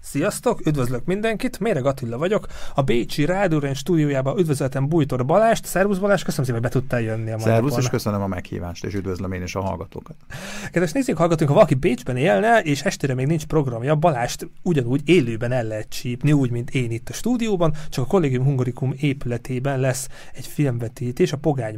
Sziasztok, üdvözlök mindenkit, Méreg Attila vagyok, a bécsi Rádió Range stúdiójában üdvözöltem Bújtor Balást. Szervusz Balázs, köszönöm szépen, hogy be tudtál jönni a mai Szervusz, napon. és köszönöm a meghívást, és üdvözlöm én is a hallgatókat. Kedves nézzük, hallgatunk, ha valaki Bécsben élne, és estére még nincs programja, Balást ugyanúgy élőben el lehet csípni, úgy, mint én itt a stúdióban, csak a Collegium Hungaricum épületében lesz egy filmvetítés a Pogány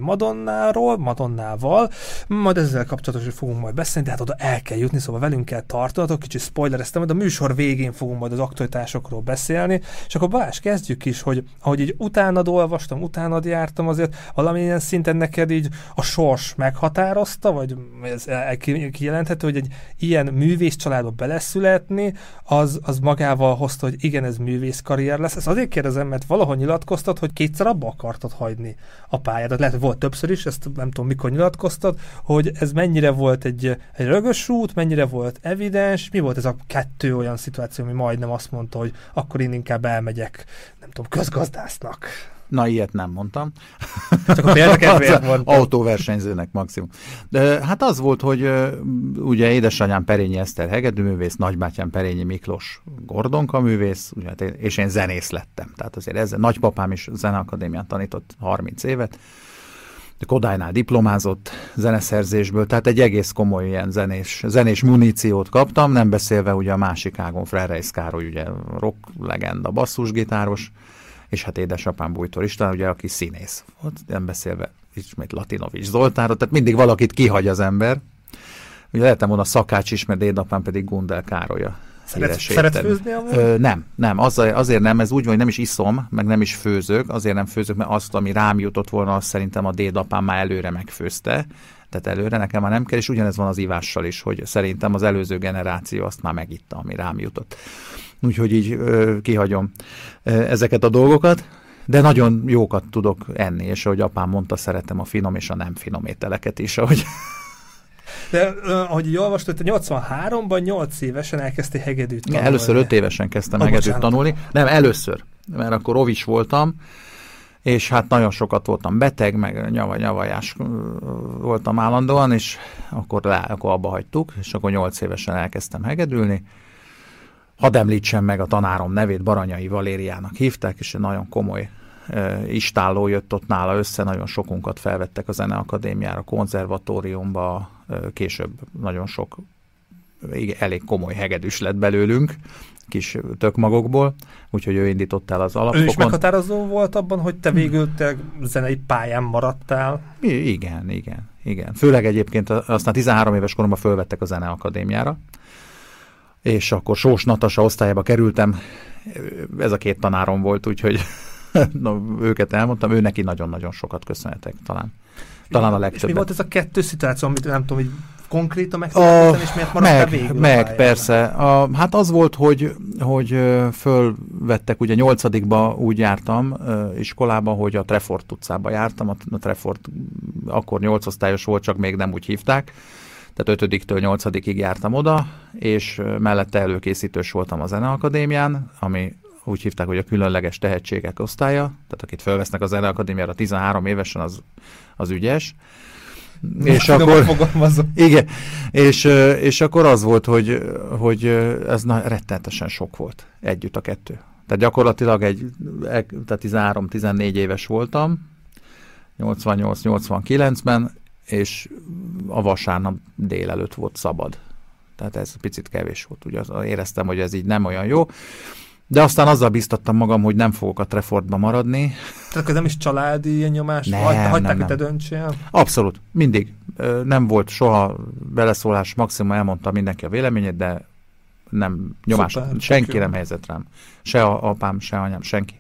Madonnával, majd ezzel kapcsolatosan fogunk majd beszélni, tehát oda el kell jutni, szóval velünk kell tartanatok, kicsit spoilereztem, majd a műsor végén fogunk majd az aktualitásokról beszélni, és akkor Balázs, kezdjük is, hogy ahogy így utánad olvastam, utánad jártam, azért valamilyen szinten neked így a sors meghatározta, vagy ez kijelenthető, hogy egy ilyen művész családba beleszületni, az magával hozta, hogy igen, ez művész karrier lesz. Ezt azért kérdezem, mert valahol nyilatkoztad, hogy kétszer abba akartad hagyni a pályádat. Lehet, hogy volt többször is, ezt nem tudom, mikor nyilatkoztad, hogy ez mennyire volt egy rögös út, mennyire volt evidens, mi volt ez a kettő olyan szituáció, ami majdnem azt mondta, hogy akkor én inkább elmegyek, nem tudom, közgazdásznak. Na, ilyet nem mondtam. Csak a példakedvéért mondtam. Autóversenyzőnek maximum. De hát az volt, hogy ugye édesanyám Perényi Eszter hegedűművész, nagybátyám Perényi Miklós Gordonka művész, ugye, és én zenész lettem. Tehát azért ezzel nagypapám is zeneakadémián tanított 30 évet. Kodálynál diplomázott zeneszerzésből, tehát egy egész komoly ilyen zenés muníciót kaptam, nem beszélve ugye a másik ágon Frerreis Károly, ugye rock legenda, basszusgitáros, és hát édesapám Bújtor István, ugye, aki színész. Ott nem beszélve ismét Latinovics Zoltánról, tehát mindig valakit kihagy az ember. Ugye lehetem volna Szakács is, mert édapám pedig Gundel Károlya. Szeretsz főzni amúgy? Nem, azért nem, ez úgy van, hogy nem is iszom, meg nem is főzök, azért nem főzök, mert azt, ami rám jutott volna, azt szerintem a dédapám már előre megfőzte, tehát előre nekem már nem kell, és ugyanez van az ivással is, hogy szerintem az előző generáció azt már megitta, ami rám jutott. Úgyhogy így kihagyom ezeket a dolgokat, de nagyon jókat tudok enni, és ahogy apám mondta, szeretem a finom és a nem finom ételeket is, ahogy... De ahogy így olvastad, te 83-ban 8 évesen elkezdtél hegedűt tanulni. Először 5 évesen kezdtem hegedűt tanulni. Nem, először, mert akkor ovis voltam, és hát nagyon sokat voltam beteg, meg nyavajás voltam állandóan, és akkor abba hagytuk, és akkor 8 évesen elkezdtem hegedülni. Hadd említsem meg a tanárom nevét, Baranyai Valériának hívták, és egy nagyon komoly istálló jött ott nála össze, nagyon sokunkat felvettek a Zeneakadémiára, konzervatóriumba, később nagyon sok, elég komoly hegedűs lett belőlünk, kis tökmagokból, úgyhogy ő indított el az alapfokon. Ő is meghatározó volt abban, hogy te végül te zenei pályán maradtál? Igen. Főleg egyébként aztán 13 éves koromban fölvettek a Zeneakadémiára, és akkor Sós Natasa osztályába kerültem, ez a két tanárom volt, úgyhogy őket elmondtam, ő neki nagyon-nagyon sokat köszönhetek talán a legtöbbet. És mi volt ez a kettő szituáció, amit nem tudom, hogy konkrétan megtudtam, és miért maradtál végül? Persze. Hát az volt, hogy fölvettek, ugye 8-ba úgy jártam iskolába, hogy a Trefort utcába jártam, a Trefort akkor 8 osztályos volt, csak még nem úgy hívták, tehát 5-től 8-ig jártam oda, és mellette előkészítős voltam a Zeneakadémián, ami úgy hívták, hogy a különleges tehetségek osztálya, tehát akit felvesznek a Zeneakadémiára 13 évesen, az ügyes. És akkor, igen, és akkor az volt, hogy ez rettenetesen sok volt együtt a kettő. Tehát gyakorlatilag tehát 13-14 éves voltam, 88-89-ben, és a vasárnap délelőtt volt szabad. Tehát ez picit kevés volt. Ugye éreztem, hogy ez így nem olyan jó. De aztán azzal biztattam magam, hogy nem fogok a Trefortba maradni. Tehát nem is családi ilyen nyomás? Hagyták, hogy te döntsél? Abszolút. Mindig. Nem volt soha beleszólás, maximum elmondta mindenki a véleményét, de nem nyomás. Szuper, senki nem helyezett rám. Se apám, se anyám, senki.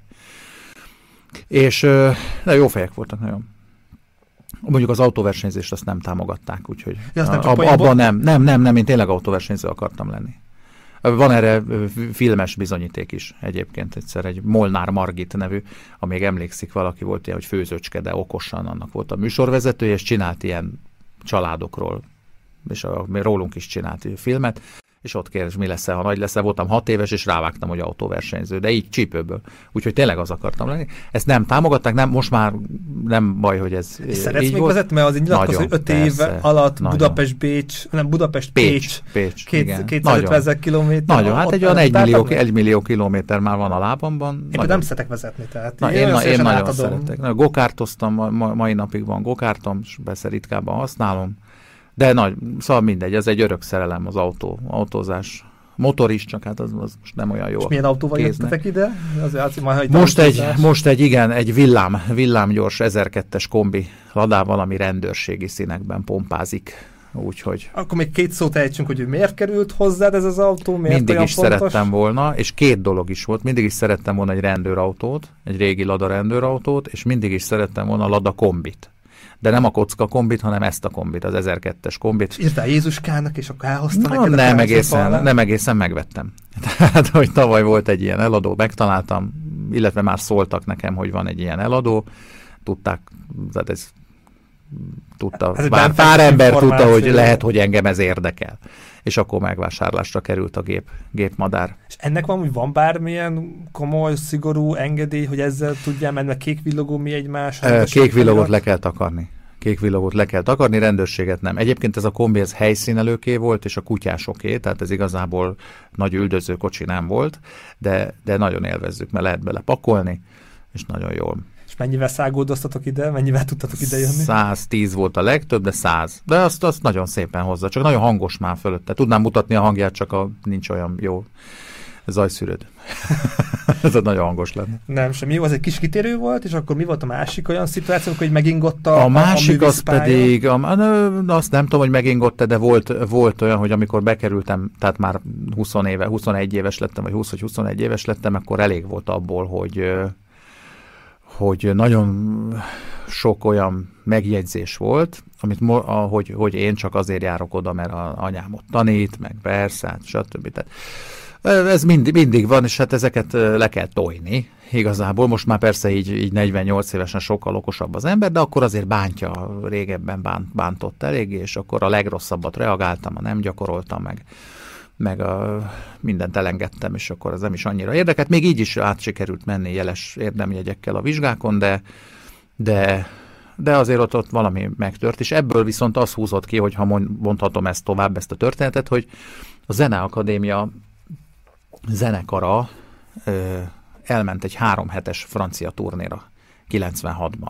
És de jó fejek voltak nagyon. Mondjuk az autóversenyzést azt nem támogatták, úgyhogy abban nem, én tényleg autóversenyző akartam lenni. Van erre filmes bizonyíték is egyébként, egyszer egy Molnár Margit nevű, amíg emlékszik valaki, volt ilyen, hogy Főzöcske, de okosan, annak volt a műsorvezetője, és csinált ilyen családokról, és rólunk is csinált filmet, és ott kérdez, mi lesz, ha nagy lesz. Voltam 6 éves, és rávágtam, hogy autóversenyző, de így csípőből. Úgyhogy tényleg az akartam lenni. Ezt nem támogatták, nem, most már nem baj, hogy ez és szeretsz még vezetni, mert az egy nyilatkoz, hogy 5 év alatt Budapest-Pécs, 250 kilométer. Nagyon, hát egy olyan 1 millió kilométer már van a lábamban. Én nem szeretek vezetni, tehát én nagyon szeretek. Gokártoztam, mai napig van gokártom, és persze ritkábban használom. De szóval mindegy, ez egy örök szerelem az autózás. Motor is, csak hát az most nem olyan jó. És milyen autóval jöttetek ide? Most egy villámgyors 1002-es kombi Ladával, ami rendőrségi színekben pompázik. Úgyhogy... Akkor még 2 szót ejtsünk, hogy miért került hozzád ez az autó, miért mindig olyan is fontos? Szerettem volna, és 2 dolog is volt. Mindig is szerettem volna egy rendőrautót, egy régi Lada rendőrautót, és mindig is szerettem volna Lada kombit. De nem a kocka kombit, hanem ezt a kombit, az 1002-es kombit. És írtál Jézuskának, és akkor elhozta neked nem egészen megvettem. Tehát, hogy tavaly volt egy ilyen eladó, megtaláltam, illetve már szóltak nekem, hogy van egy ilyen eladó, tudták, tehát ez pár ember tudta, hogy lehet, hogy engem ez érdekel. És akkor megvásárlásra került a gépmadár. És ennek van bármilyen komoly, szigorú engedély, hogy ezzel tudjál menni, mert kék villogó mi egymás? Kék villogót le kell takarni. Kék villogót le kell takarni, rendőrséget nem. Egyébként ez a kombi, ez helyszínelőké volt, és a kutyásoké, tehát ez igazából nagy üldöző kocsi nem volt, de nagyon élvezzük, mert lehet bele pakolni, és nagyon jól. És mennyivel száguldoztatok ide? Mennyivel tudtatok ide jönni? 110 volt a legtöbb, de 100. De azt nagyon szépen hozza. Csak nagyon hangos már fölötte. Tudnám mutatni a hangját, csak nincs olyan jó zajszűrőd. Ez nagyon hangos lenne. Nem, semmi jó. Az egy kis kitérő volt, és akkor mi volt a másik olyan szituáció, hogy megingott a másik az pedig, azt nem tudom, hogy megingott, de volt olyan, hogy amikor bekerültem, tehát már 21 éves lettem, vagy 20 vagy 21 éves lettem, akkor elég volt abból, hogy nagyon sok olyan megjegyzés volt, amit hogy én csak azért járok oda, mert az anyám ott tanít, meg persze, stb. Tehát ez mindig van, és hát ezeket le kell tojni. Igazából most már persze így 48 évesen sokkal okosabb az ember, de akkor azért bántja, régebben bántott eléggé, és akkor a legrosszabbat reagáltam, nem gyakoroltam meg mindent elengedtem, és akkor ez nem is annyira érdekelt. Még így is át sikerült menni jeles érdemjegyekkel a vizsgákon, de azért ott valami megtört, és ebből viszont az húzott ki, hogy ha mondhatom ezt tovább, ezt a történetet, hogy a Zeneakadémia zenekara elment egy 3 hetes francia turnéra 96-ban.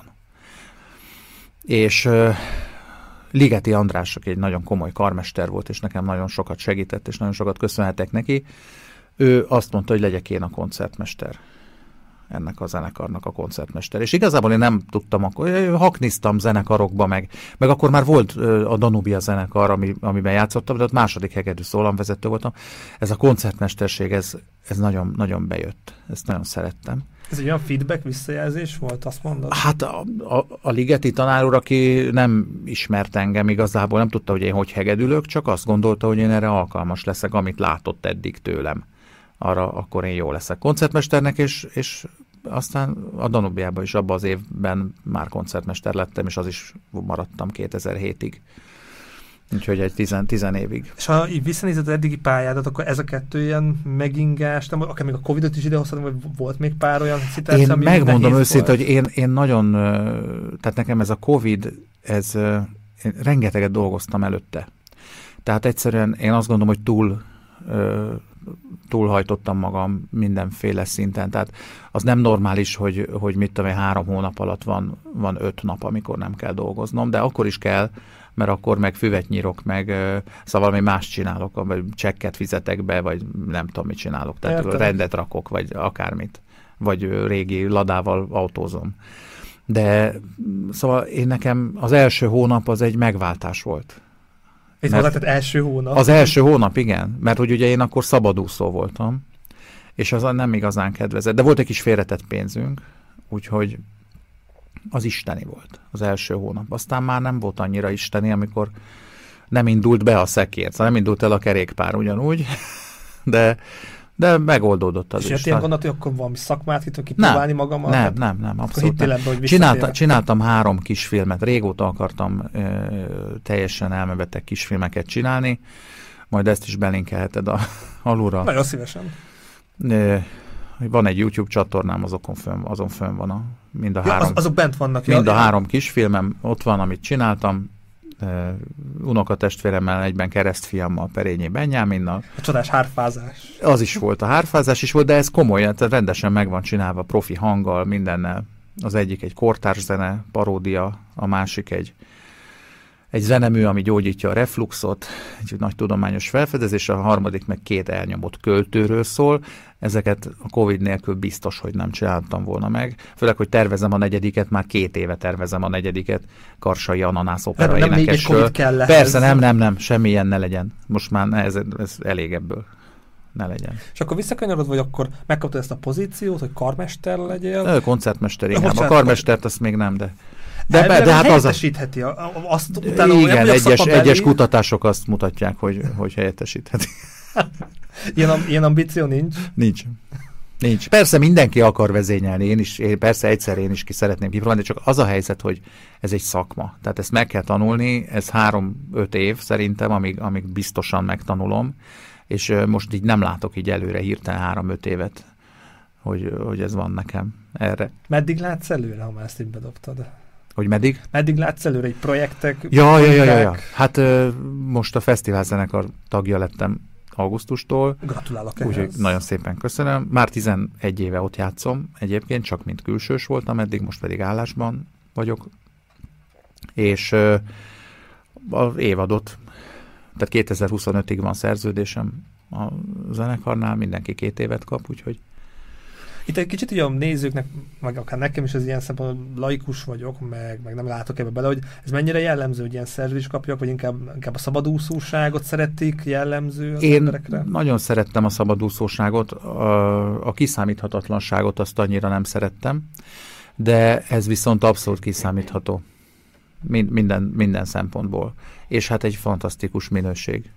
És Ligeti András, aki egy nagyon komoly karmester volt, és nekem nagyon sokat segített, és nagyon sokat köszönhetek neki, ő azt mondta, hogy legyek én a koncertmester. Ennek a zenekarnak a koncertmester. És igazából én nem tudtam, akkor hakniztam zenekarokba, meg akkor már volt a Danubia zenekar, amiben játszottam, de ott második hegedű szólamvezető voltam. Ez a koncertmesterség, ez nagyon, nagyon bejött. Ezt nagyon szerettem. Ez egy olyan feedback, visszajelzés volt, azt mondod? Hát a Ligeti tanár úr, aki nem ismert engem igazából, nem tudta, hogy én hogy hegedülök, csak azt gondolta, hogy én erre alkalmas leszek, amit látott eddig tőlem. Arra akkor én jó leszek koncertmesternek, és aztán a Danubiában is abban az évben már koncertmester lettem, és az is maradtam 2007-ig. Úgyhogy egy 10 évig. És ha így visszanézed az eddigi pályádat, akkor ez a 2 ilyen megingás, akár még a Covid-ot is idehoztad, vagy volt még pár olyan szituáció, ami megmondom őszintén, hogy én nagyon, tehát nekem ez a Covid, én rengeteget dolgoztam előtte. Tehát egyszerűen én azt gondolom, hogy túlhajtottam magam mindenféle szinten. Tehát az nem normális, hogy mit tudom én, 3 hónap alatt van 5 nap, amikor nem kell dolgoznom, de akkor is kell, mert akkor meg füvet nyírok, meg szóval valami más csinálok, vagy csekket fizetek be, vagy nem tudom, mit csinálok. Tehát rendet rakok, vagy akármit. Vagy régi Ladával autózom. De szóval én nekem az első hónap az egy megváltás volt. Itt volt tehát első hónap. Az első hónap, igen. Mert hogy ugye én akkor szabadúszó voltam, és az nem igazán kedvezett. De volt egy kis félretett pénzünk, úgyhogy az isteni volt az első hónap. Aztán már nem volt annyira isteni, amikor nem indult be a szekér. Szóval nem indult el a kerékpár ugyanúgy, de megoldódott az is. És ilyen gondolat, hogy akkor valami szakmát hittem kipróbálni magamat? Nem, abszolút nem. Csináltam 3 kisfilmet. Régóta akartam teljesen elmebeteg kisfilmeket csinálni. majd ezt is belinkelheted alulra. Nagyon szívesen. Van egy YouTube csatornám, azon fönn van mind a három. Azok bent vannak. Mind a három kisfilmem ott van, amit csináltam. Unokatestvéremmel, egyben keresztfiammal, Perényi Benyáminnal. A csodás hárfázás. Az is volt, a hárfázás is volt, de ez komoly, tehát rendesen meg van csinálva, profi hanggal, mindennel. Az egyik egy kortárs zene, paródia, a másik egy zenemű, ami gyógyítja a refluxot, egy nagy tudományos felfedezés, a harmadik meg 2 elnyomott költőről szól. Ezeket a Covid nélkül biztos, hogy nem csináltam volna meg. Főleg, hogy tervezem a 4. már 2 éve tervezem a 4. Karsai Ananász opera énekesről. Persze, nem, semmilyen ne legyen. Most már ez elég ebből. Ne legyen. És akkor visszakanyarod, vagy akkor megkaptad ezt a pozíciót, hogy karmester legyél? Koncertmester inkább. A karmestert azt még nem, de hát helyettesítheti azt utána. Igen, egyes kutatások azt mutatják, hogy helyettesítheti. Ilyen ambíció nincs? Nincs. Persze mindenki akar vezényelni, persze egyszer én is ki szeretném kipróbálni, csak az a helyzet, hogy ez egy szakma. Tehát ezt meg kell tanulni, ez 3-5 év szerintem, amíg biztosan megtanulom, és most így nem látok így előre hirtelen 3-5 évet, hogy ez van nekem erre. Meddig látsz előre, ha már ezt így bedobtad? Hogy meddig? Meddig látsz előre egy projektek? Ja. Hát most a fesztiválzenekar tagja lettem augusztustól. Gratulálok ehhez. Úgyhogy nagyon szépen köszönöm. Már 11 éve ott játszom egyébként, csak mint külsős voltam eddig, most pedig állásban vagyok. És az évadot, tehát 2025-ig van szerződésem a zenekarnál, mindenki 2 évet kap, úgyhogy itt egy kicsit ugye a nézőknek, meg akár nekem is az ilyen szempontból laikus vagyok, meg nem látok ebbe bele, hogy ez mennyire jellemző, hogy ilyen szerződést kapjak, vagy inkább a szabadúszóságot szeretik jellemző az emberekre? Én nagyon szerettem a szabadúszóságot, a kiszámíthatatlanságot azt annyira nem szerettem, de ez viszont abszolút kiszámítható. Minden szempontból. És hát egy fantasztikus minőség.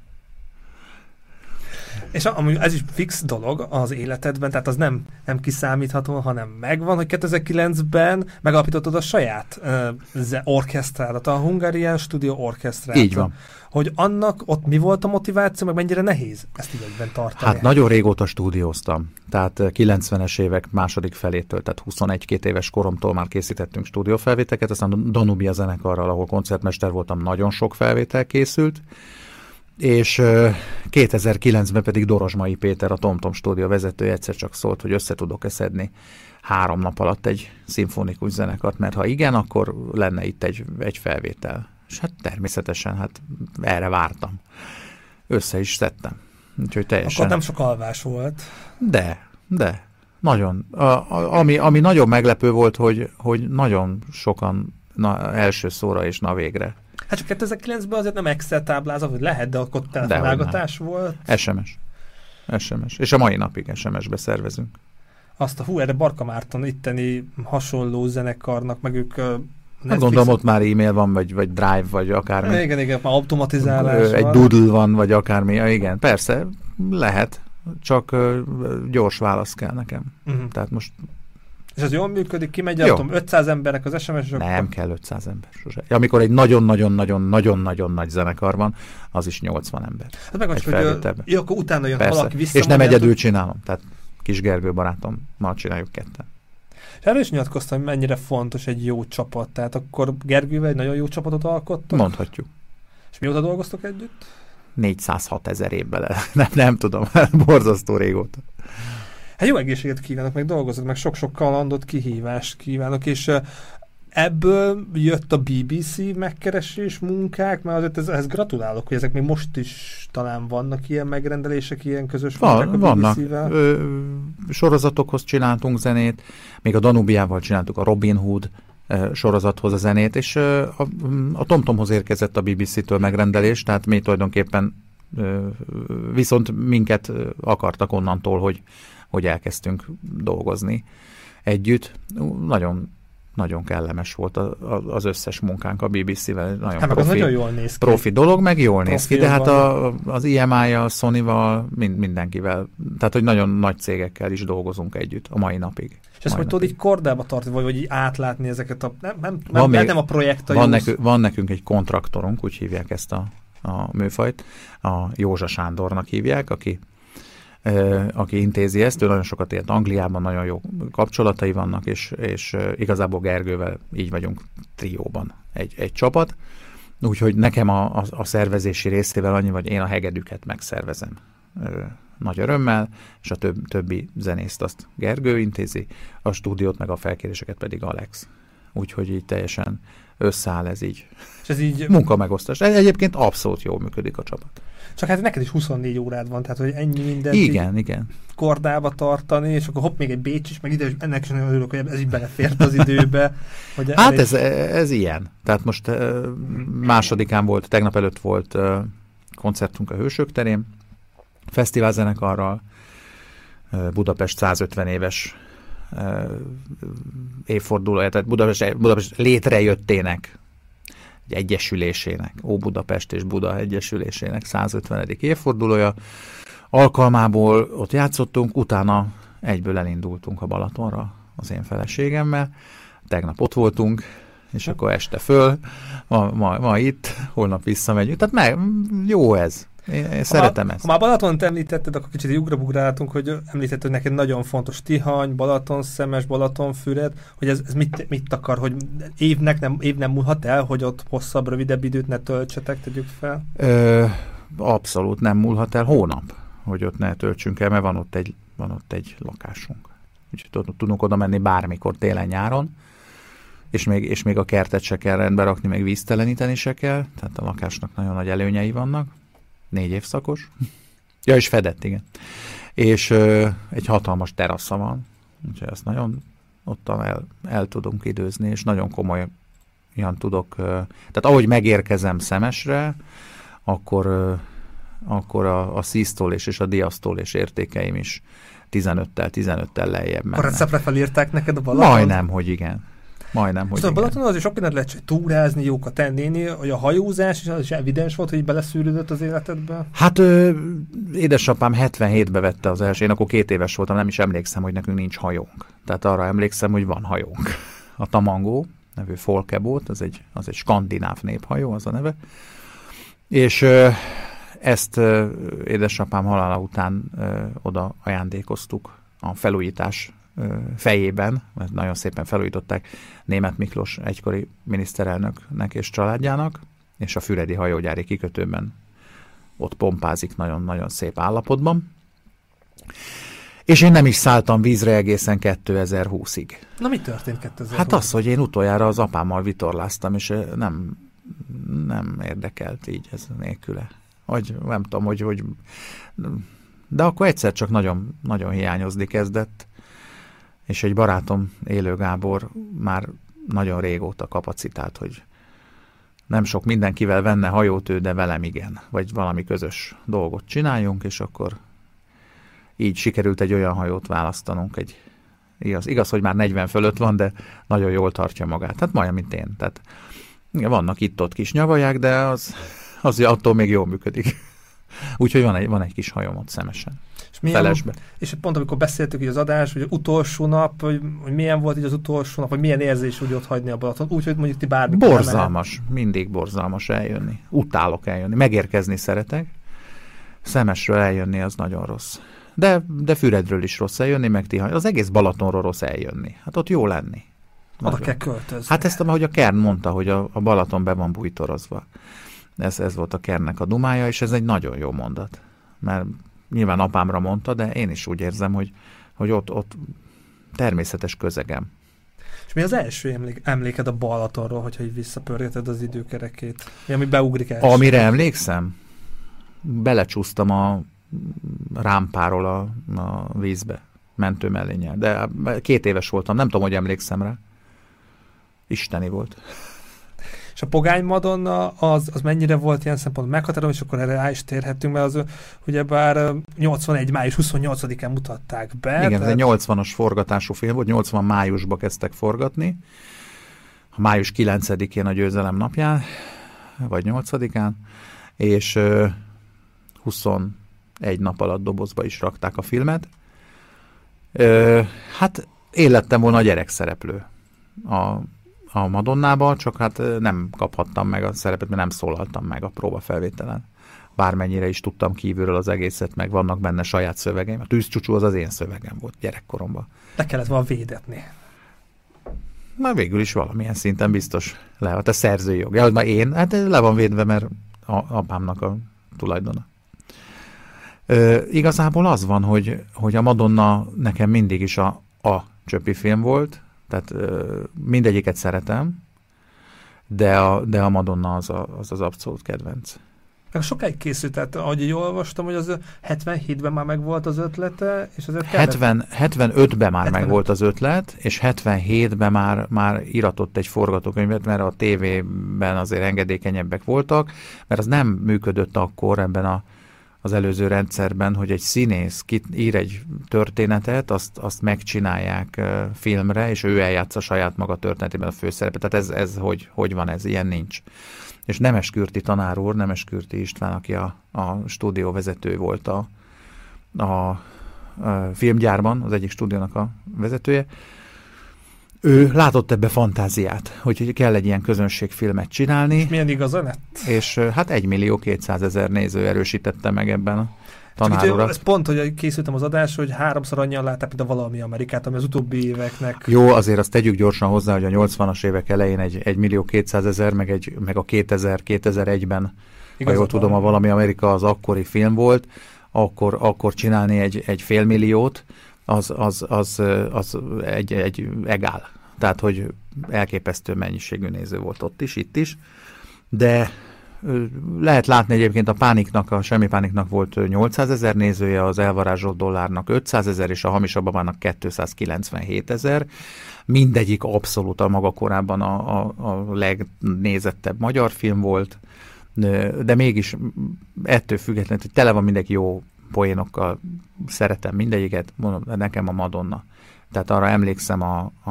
És amúgy ez is fix dolog az életedben, tehát az nem kiszámítható, hanem megvan, hogy 2009-ben megalapítottad a saját orkesztrádat, a Hungarian Studio Orchestrát. Így van. Hogy annak ott mi volt a motiváció, meg mennyire nehéz ezt így egyben tartani? Hát nagyon régóta stúdióztam, tehát 90-es évek második felétől, tehát 21-2 éves koromtól már készítettünk stúdiófelvételeket, aztán a Danubia zenekarral, ahol koncertmester voltam, nagyon sok felvétel készült, és 2009-ben pedig Dorozsmai Péter, a TomTom stúdió vezetője egyszer csak szólt, hogy össze tudok-e szedni 3 nap alatt egy szimfonikus zenekart, mert ha igen, akkor lenne itt egy felvétel. És hát természetesen, hát erre vártam. Össze is szedtem. Úgyhogy teljesen... Akkor nem sok alvás volt. De. Nagyon. Ami nagyon meglepő volt, hogy nagyon sokan első szóra és na végre. Hát csak 2009-ben azért nem Excel táblázat, hogy lehet, de akkor telefonálgatás volt. SMS. És a mai napig SMS-be szervezünk. Erre Barka Márton itteni hasonló zenekarnak, meg ők Hát gondolom, ott már e-mail van, vagy Drive, vagy akármi. Igen, már automatizálás egy van. Doodle van, vagy akármi. Igen, persze, lehet, csak gyors válasz kell nekem. Tehát most... És ez jól működik, kimegy, tudom, 500 embernek az SMS-es? Nem kell 500 ember sose. Amikor egy nagyon-nagyon-nagyon-nagyon nagy zenekar van, az is 80 ember. Hát meg hogy akkor utána jön valaki vissza. És nem egyedül csinálom, tehát Kis Gergő barátommal csináljuk ketten. És erről is nyilatkoztam, hogy mennyire fontos egy jó csapat. Tehát akkor Gergővel egy nagyon jó csapatot alkottak? Mondhatjuk. És mióta dolgoztok együtt? 406 000 évvel. Nem tudom, borzasztó régóta. Hát jó egészséget kívánok, meg dolgozok, meg sok-sok kalandot, kihívást kívánok, és ebből jött a BBC megkeresés munkák, mert azért ehhez gratulálok, hogy ezek még most is talán vannak ilyen megrendelések, ilyen közös munkák a BBC-vel. Vannak. Sorozatokhoz csináltunk zenét, még a Danubiával csináltuk a Robin Hood sorozathoz a zenét, és a TomTomhoz érkezett a BBC-től megrendelés, tehát mi tulajdonképpen viszont minket akartak onnantól, hogy elkezdtünk dolgozni együtt. Nagyon kellemes volt az összes munkánk a BBC-vel. Nagyon jól néz ki. Profi dolog, meg jól néz ki, de hát az EMI-jal, Sony-val, mindenkivel, tehát hogy nagyon nagy cégekkel is dolgozunk együtt a mai napig. És ezt hogy tudod így kordába tartani, vagy így átlátni ezeket a... Nem a projekt. Van nekünk egy kontraktorunk, úgy hívják ezt a a műfajt, a Józsa Sándornak hívják, aki intézi ezt, ő nagyon sokat élt Angliában, nagyon jó kapcsolatai vannak, és igazából Gergővel így vagyunk trióban egy csapat, úgyhogy nekem a szervezési részével annyi, hogy én a hegedűket megszervezem nagy örömmel, és a többi zenészt azt Gergő intézi, a stúdiót meg a felkéréseket pedig Alex. Úgyhogy így teljesen összeáll ez így. És ez így munkamegosztás. Egyébként abszolút jól működik a csapat. Csak hát neked is 24 órád van, tehát hogy ennyi mindent igen. kordába tartani, és akkor hopp, még egy Bécs is, meg ide, és ennek is nagyon örülök, hogy ez így belefért az időbe. Hogy hát ez ilyen. Tehát most másodikán volt, tegnap előtt volt koncertünk a Hősök terén, fesztiválzenekarral, Budapest 150 éves évfordulója, tehát Budapest létrejöttének, egy egyesülésének, Óbudapest és Buda egyesülésének 150. évfordulója alkalmából ott játszottunk, utána egyből elindultunk a Balatonra az én feleségemmel, tegnap ott voltunk, és akkor este föl, ma itt, holnap visszamegyünk, tehát jó ez. Én szeretem ezt. Ha már Balatont említetted, akkor kicsit ugrabugráltunk, hogy említetted, hogy neked nagyon fontos Tihany, Balatonszemes, Balatonfüred, hogy ez mit akar, hogy év nem múlhat el, hogy ott hosszabb, rövidebb időt ne töltsetek, tegyük fel? Abszolút nem múlhat el, hónap, hogy ott ne töltsünk el, mert van ott egy lakásunk. Úgyhogy tudunk oda menni bármikor, télen-nyáron, és még a kertet se kell rendbe rakni, meg vízteleníteni se kell, tehát a lakásnak nagyon nagy előnyei vannak. 4 évszakos. Ja, és fedett, igen. És egy hatalmas terasza van, úgyhogy ezt nagyon ottan el tudunk időzni, és nagyon komolyan tudok. Tehát ahogy megérkezem Szemesre, akkor a szisztólés és a diasztólés értékeim is 15-tel lejjebb mennek. Receptre felírták neked a Balaton? Majdnem, hogy igen. A Balatonon azért sok mindent lehet túrázni, jókat tenni, hogy a hajózás az is evidens volt, hogy beleszűrődött az életedbe? Hát édesapám 77-be vette az első, én akkor 2 éves voltam, nem is emlékszem, hogy nekünk nincs hajónk. Tehát arra emlékszem, hogy van hajónk. A Tamangó nevű Folkeboat, az egy skandináv néphajó, az a neve. És ezt édesapám halála után oda ajándékoztuk a felújítás fejében, mert nagyon szépen felújították Németh Miklós egykori miniszterelnöknek és családjának, és a füredi hajógyári kikötőben ott pompázik nagyon-nagyon szép állapotban. És én nem is szálltam vízre egészen 2020-ig. Na, mi történt 2020-ig? Hát az, hogy én utoljára az apámmal vitorláztam, és nem érdekelt így ez nélküle. Vagy nem tudom, hogy de akkor egyszer csak nagyon, nagyon hiányozni kezdett, és egy barátom, Élő Gábor már nagyon régóta kapacitált, hogy nem sok mindenkivel venne hajót ő, de velem igen, vagy valami közös dolgot csináljunk, és akkor így sikerült egy olyan hajót választanunk, igaz, hogy már 40 fölött van, de nagyon jól tartja magát. Hát majdnem, mint én. Tehát vannak itt-ott kis nyavaják, de az attól még jól működik. Úgyhogy van egy kis hajóm ott Szemesen. És pont amikor beszéltük így az adás, hogy utolsó nap, hogy milyen volt így az utolsó nap, vagy milyen érzés úgy ott hagyni a Balaton, úgyhogy mondjuk ti bármikor borzalmas, mindig borzalmas eljönni. Utálok eljönni, megérkezni szeretek. Szemesről eljönni az nagyon rossz. De Füredről is rossz eljönni, meg Tihany. Az egész Balatonról rossz eljönni. Hát ott jó lenni. Oda kell költözni. Hát ezt, ahogy a Kern mondta, hogy a Balaton be van bújtorozva. Ez volt a Kernnek a dumája, és ez egy nagyon jó mondat. Mert nyilván apámra mondta, de én is úgy érzem, hogy ott természetes közegem. És mi az első emléked a Balatonról, hogyha így visszapörgeted az időkerekét? Mi, ami beugrik első? Amire emlékszem? Belecsúsztam a rámpáról a vízbe, mentőmellénnyel. De 2 éves voltam, nem tudom, hogy emlékszem rá. Isteni volt. És a Pogány Madonna az mennyire volt ilyen szempontból meghatározó, és akkor erre rá is térhetünk, mert az ugyebár 81. május 28-án mutatták be. Igen, ez egy 80-as forgatású film volt, 80 májusban kezdtek forgatni, a május 9-én a győzelem napján, vagy 8-án, és 21 nap alatt dobozba is rakták a filmet. Hát én lettem volna a gyerekszereplő. a Madonnába, csak hát nem kaphattam meg a szerepet, mert nem szólaltam meg a próbafelvételen. Bármennyire is tudtam kívülről az egészet, meg vannak benne saját szövegeim. A Tűzcsúcsú az én szövegem volt gyerekkoromban. Le kellett volna védetni. Már végül is valamilyen szinten biztos le. Hát a szerzői jog. Ja, már én, hát le van védve, mert apámnak a tulajdona. Igazából az van, hogy a Madonna nekem mindig is a Csöppi film volt, tehát mindegyiket szeretem, de a Madonna az abszolút kedvenc. Meg sokáig készült, tehát ahogy jól olvastam, hogy az 77-ben már megvolt az ötlete, és azért kellett... 75-ben már megvolt az ötlet, és 77-ben már iratott egy forgatókönyvet, mert a tévében azért engedékenyebbek voltak, mert az nem működött akkor ebben az előző rendszerben, hogy egy színész ír egy történetet, azt megcsinálják filmre, és ő eljátsza saját maga történetében a főszerepet. Tehát ez hogy van, ez ilyen nincs. És Nemeskürti tanár úr, Nemeskürti István, aki a stúdióvezető volt a filmgyárban, az egyik stúdiónak a vezetője, ő látott ebbe fantáziát, hogy kell egy ilyen közönségfilmet csinálni. És milyen igaza lett? És hát 1.200.000 néző erősítette meg ebben a tanár urat. Ez pont, hogy készültem az adásra, hogy 3-szor annyian látták, mint a Valami Amerikát, ami az utóbbi éveknek... Jó, azért azt tegyük gyorsan hozzá, hogy a 80-as évek elején 1.200.000, meg a 2000-2001-ben, ha jól tudom, a Valami Amerika az akkori film volt, akkor csinálni egy 500 000 az egy egál. Tehát, hogy elképesztő mennyiségű néző volt ott is, itt is. De lehet látni egyébként a Semmi Pániknak volt 800 000 nézője, az Elvarázsolt dollárnak 500 000, és a Hamis a babának 297 000. Mindegyik abszolút a maga korában a legnézettebb magyar film volt, de mégis ettől függetlenül, hogy tele van mindenki jó poénokkal, szeretem mindegyiket, mondom, nekem a Madonna. Tehát arra emlékszem,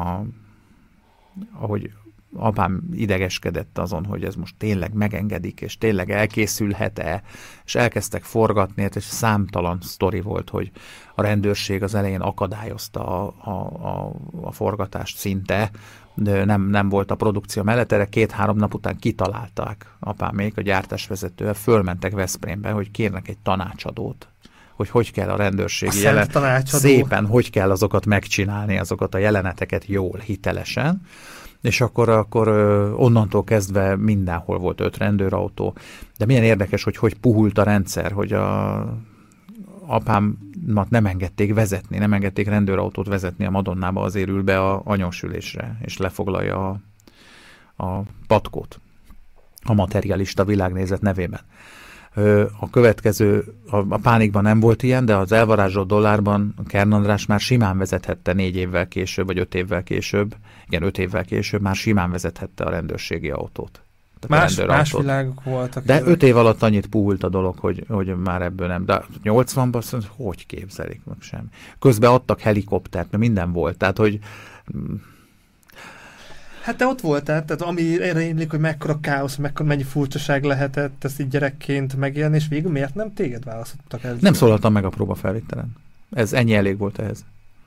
ahogy apám idegeskedett azon, hogy ez most tényleg megengedik, és tényleg elkészülhet-e, és elkezdtek forgatni, és számtalan sztori volt, hogy a rendőrség az elején akadályozta a forgatást szinte, de nem volt a produkció mellett, erre 2-3 nap után kitalálták apámék, a gyártásvezetővel, fölmentek Veszprémbe, hogy kérnek egy tanácsadót, hogy kell a rendőrségi szépen, hogy kell azokat megcsinálni, azokat a jeleneteket jól, hitelesen, és akkor onnantól kezdve mindenhol volt 5 rendőrautó. De milyen érdekes, hogy puhult a rendszer, hogy apámat nem engedték vezetni, nem engedték rendőrautót vezetni a Madonnába, azért ül be a anyósülésre, és lefoglalja a patkót a materialista világnézet nevében. A következő, a Pánikban nem volt ilyen, de az Elvarázsolt dollárban Kern András már simán vezethette 4 évvel később, vagy 5 évvel később, igen, 5 évvel később már simán vezethette a rendőrségi autót. Más világok voltak. De 5 év alatt annyit puhult a dolog, hogy már ebből nem. De 80-ban azt mondja, hogy képzelik meg semmi. Közben adtak helikoptert, mert minden volt. Tehát, hogy... Hát te ott voltál, tehát ami erre émlik, hogy mekkora káosz, mennyi furcsaság lehetett ezt így gyerekként megélni, és végül miért nem téged választottak el? Nem szólaltam meg a próbafelvételen. Ez ennyi elég volt ehhez.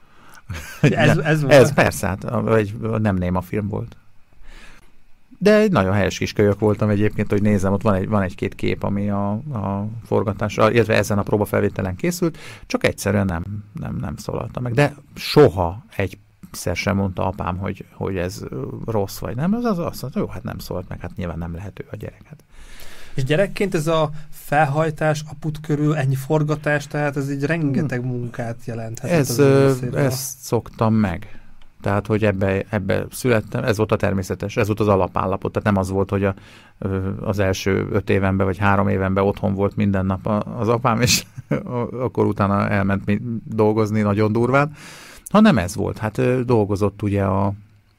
Ez persze, hát nem néma film volt. De egy nagyon helyes kiskölyök voltam egyébként, hogy nézem, ott van egy-két kép, ami a forgatásra, illetve ezen a próbafelvételen készült, csak egyszerűen nem szólaltam meg. De soha egyszer sem mondta apám, hogy ez rossz vagy nem. Az azt mondta, jó, hát nem szólt meg, hát nyilván nem lehet ő a gyerek. Hát. És gyerekként ez a felhajtás, aput körül, ennyi forgatás, tehát ez így rengeteg munkát jelenthet. Ezt szoktam meg. Tehát, hogy ebbe születtem, ez volt a természetes, ez volt az alapállapot. Tehát nem az volt, hogy az első 5 évenben, vagy 3 évenben otthon volt minden nap az apám, és akkor utána elment dolgozni nagyon durván, hanem ez volt. Hát dolgozott ugye a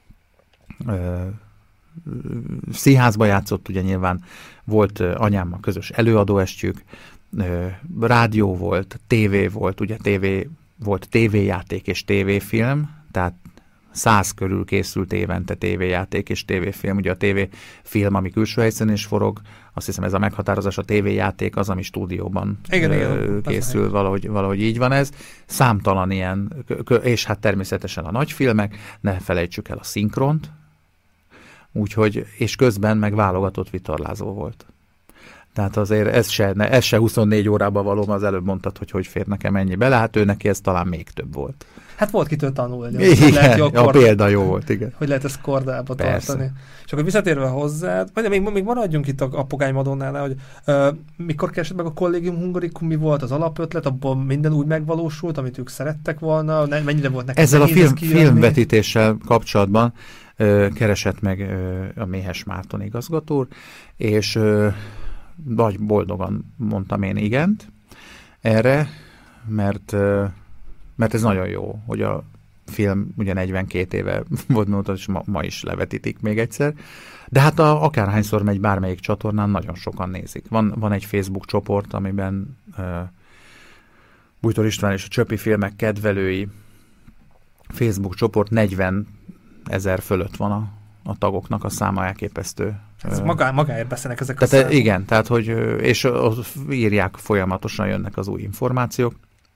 színházba játszott, ugye nyilván volt anyámmal közös előadóestjük, rádió volt, tévé volt, ugye volt tévéjáték és tévéfilm, tehát 100 körül készült évente tévéjáték és tévéfilm. Ugye a tévéfilm, ami külső helyszínen is forog, azt hiszem ez a meghatározás, a tévéjáték az, ami stúdióban készül, valahogy így van ez. Számtalan ilyen, és hát természetesen a nagyfilmek, ne felejtsük el a szinkront, Úgyhogy, és közben meg válogatott vitorlázó volt. Tehát azért ez se 24 órában való, az előbb mondtad, hogy fér nekem ennyi bele, hát ő neki ez talán még több volt. Hát volt kitől tanulni. Igen, a példa jó volt, igen. Hogy lehet ezt kordába tartani. És akkor visszatérve hozzád, vagy még maradjunk itt a Pogány Madonnánál, hogy mikor keresett meg a Collegium Hungaricum, mi volt az alapötlet, abban minden úgy megvalósult, amit ők szerettek volna, mennyire volt nekik. Ezzel a filmvetítéssel kapcsolatban keresett meg a Méhes Márton igazgató, és nagy boldogan mondtam én igent erre, mert ez nagyon jó, hogy a film ugye 42 éve volt, mondtad, és ma is levetítik még egyszer, de hát akárhányszor megy bármelyik csatornán, nagyon sokan nézik. Van egy Facebook csoport, amiben Bújtor István és a Csöpi filmek kedvelői Facebook csoport, 40 000 fölött van a tagoknak a száma, elképesztő. Ez magáért beszélnek ezek a számok. Igen, tehát hogy, és írják, folyamatosan jönnek az új információk.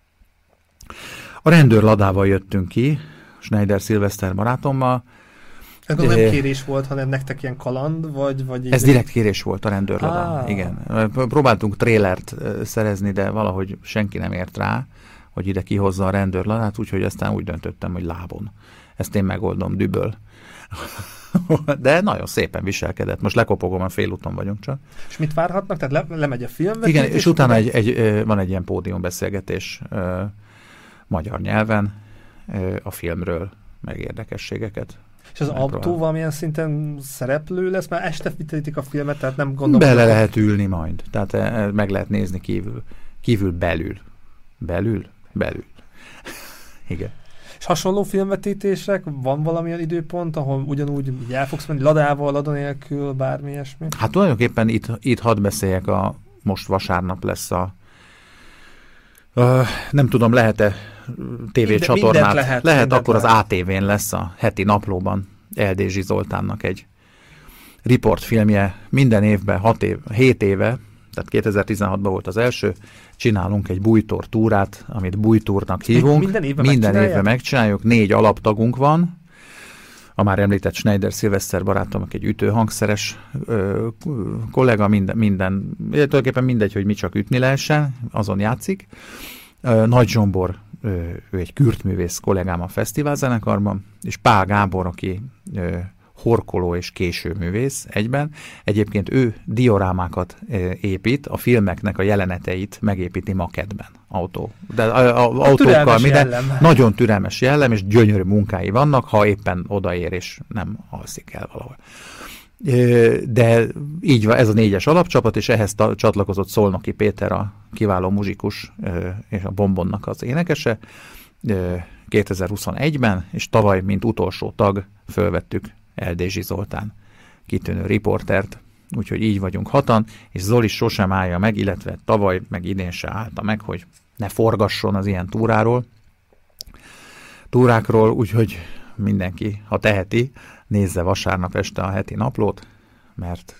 A Rendőrladával jöttünk ki, Schneider Szilveszter barátommal. Ez nem kérés volt, hanem nektek ilyen kaland, vagy ez direkt kérés volt a Rendőrlada, igen. Próbáltunk trélert szerezni, de valahogy senki nem ért rá, hogy ide kihozza a Rendőrladát, úgyhogy aztán úgy döntöttem, hogy lábon. Ezt én megoldom düböl. De nagyon szépen viselkedett. Most lekopogom, a félúton vagyunk csak. És mit várhatnak? Tehát lemegy a filmvetítés? Igen, és utána van egy ilyen pódiumbeszélgetés magyar nyelven a filmről, meg érdekességeket. És az autó valamilyen szinten szereplő lesz? Már este vetítik a filmet, tehát nem gondolom... Bele lehet ülni majd. Tehát meg lehet nézni kívül belül. Belül? Igen. És hasonló filmvetítések, van valamilyen időpont, ahol ugyanúgy el fogsz menni Ladával, Lada nélkül, bármi ilyesmi? Hát tulajdonképpen itt hadd beszéljek, most vasárnap lesz nem tudom, lehet-e tévécsatornát? Lehet, akkor az ATV-n lesz a heti naplóban Eldézsi Zoltánnak egy riportfilmje minden évben, 7 éve, tehát 2016-ban volt az első, csinálunk egy bújtor túrát, amit bújtúrnak hívunk. Minden évben megcsináljuk, 4 alaptagunk van. A már említett Schneider Szilveszter barátom, aki egy ütőhangszeres kollega, tulajdonképpen mindegy, hogy mi csak ütni lehessen, azon játszik. Nagy Zsombor, ő egy kürtművész kollégám a fesztiválzenekarban, és Pál Gábor, aki horkoló és későművész egyben. Egyébként ő diorámákat épít, a filmeknek a jeleneteit megépíti makettben, autókkal, minden. Nagyon türelmes jellem, és gyönyörű munkái vannak, ha éppen odaér, és nem alszik el valahol. De így van, ez a 4-es alapcsapat, és ehhez csatlakozott Szolnoki Péter, a kiváló muzsikus, és a Bombonnak az énekese 2021-ben, és tavaly, mint utolsó tag, fölvettük Eldézsi Zoltán kitűnő riportert, úgyhogy így vagyunk 6-an, és Zoli sosem állja meg, illetve tavaly, meg idén se állta meg, hogy ne forgasson az ilyen túrákról, úgyhogy mindenki, ha teheti, nézze vasárnap este a heti naplót, mert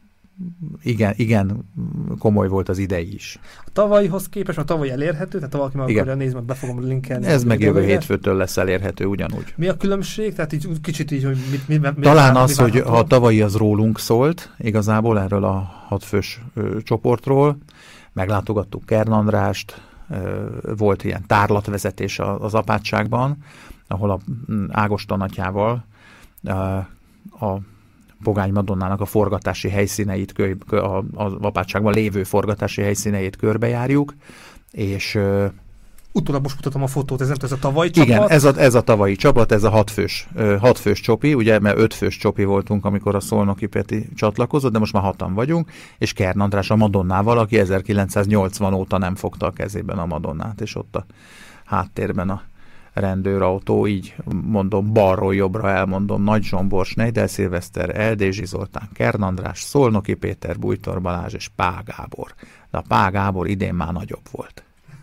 igen, komoly volt az idei is. A tavalyihoz képest, a tavaly elérhető, tehát ha valaki meg akarja nézni, be fogom linkelni. Ez meg jövő hétfőtől lesz elérhető ugyanúgy. Mi a különbség? Tehát így kicsit így, hogy mit talán az, hogy a tavalyi az rólunk szólt, igazából erről a 6 fős csoportról, meglátogattuk Kern Andrást, volt ilyen tárlatvezetés az apátságban, ahol a Ágoston atyával a Pogány Madonnának a forgatási helyszíneit, az apátságban lévő forgatási helyszíneit körbejárjuk, és... Utólag most mutatom a fotót, ez a tavalyi csapat? Igen, ez a tavalyi csapat, ez a 6 fős csopi, ugye, mert 5 fős csopi voltunk, amikor a Szolnoki Peti csatlakozott, de most már 6-an vagyunk, és Kern András a Madonnával, aki 1980 óta nem fogta a kezében a Madonnát, és ott a háttérben a rendőrautó, így mondom, balról jobbra elmondom, Nagy Zsombor, Schneider Szilveszter, Eldézsi Zoltán, Kern András, Szolnoki Péter, Bújtor Balázs és Pál Gábor. De a Pál Gábor idén már nagyobb volt.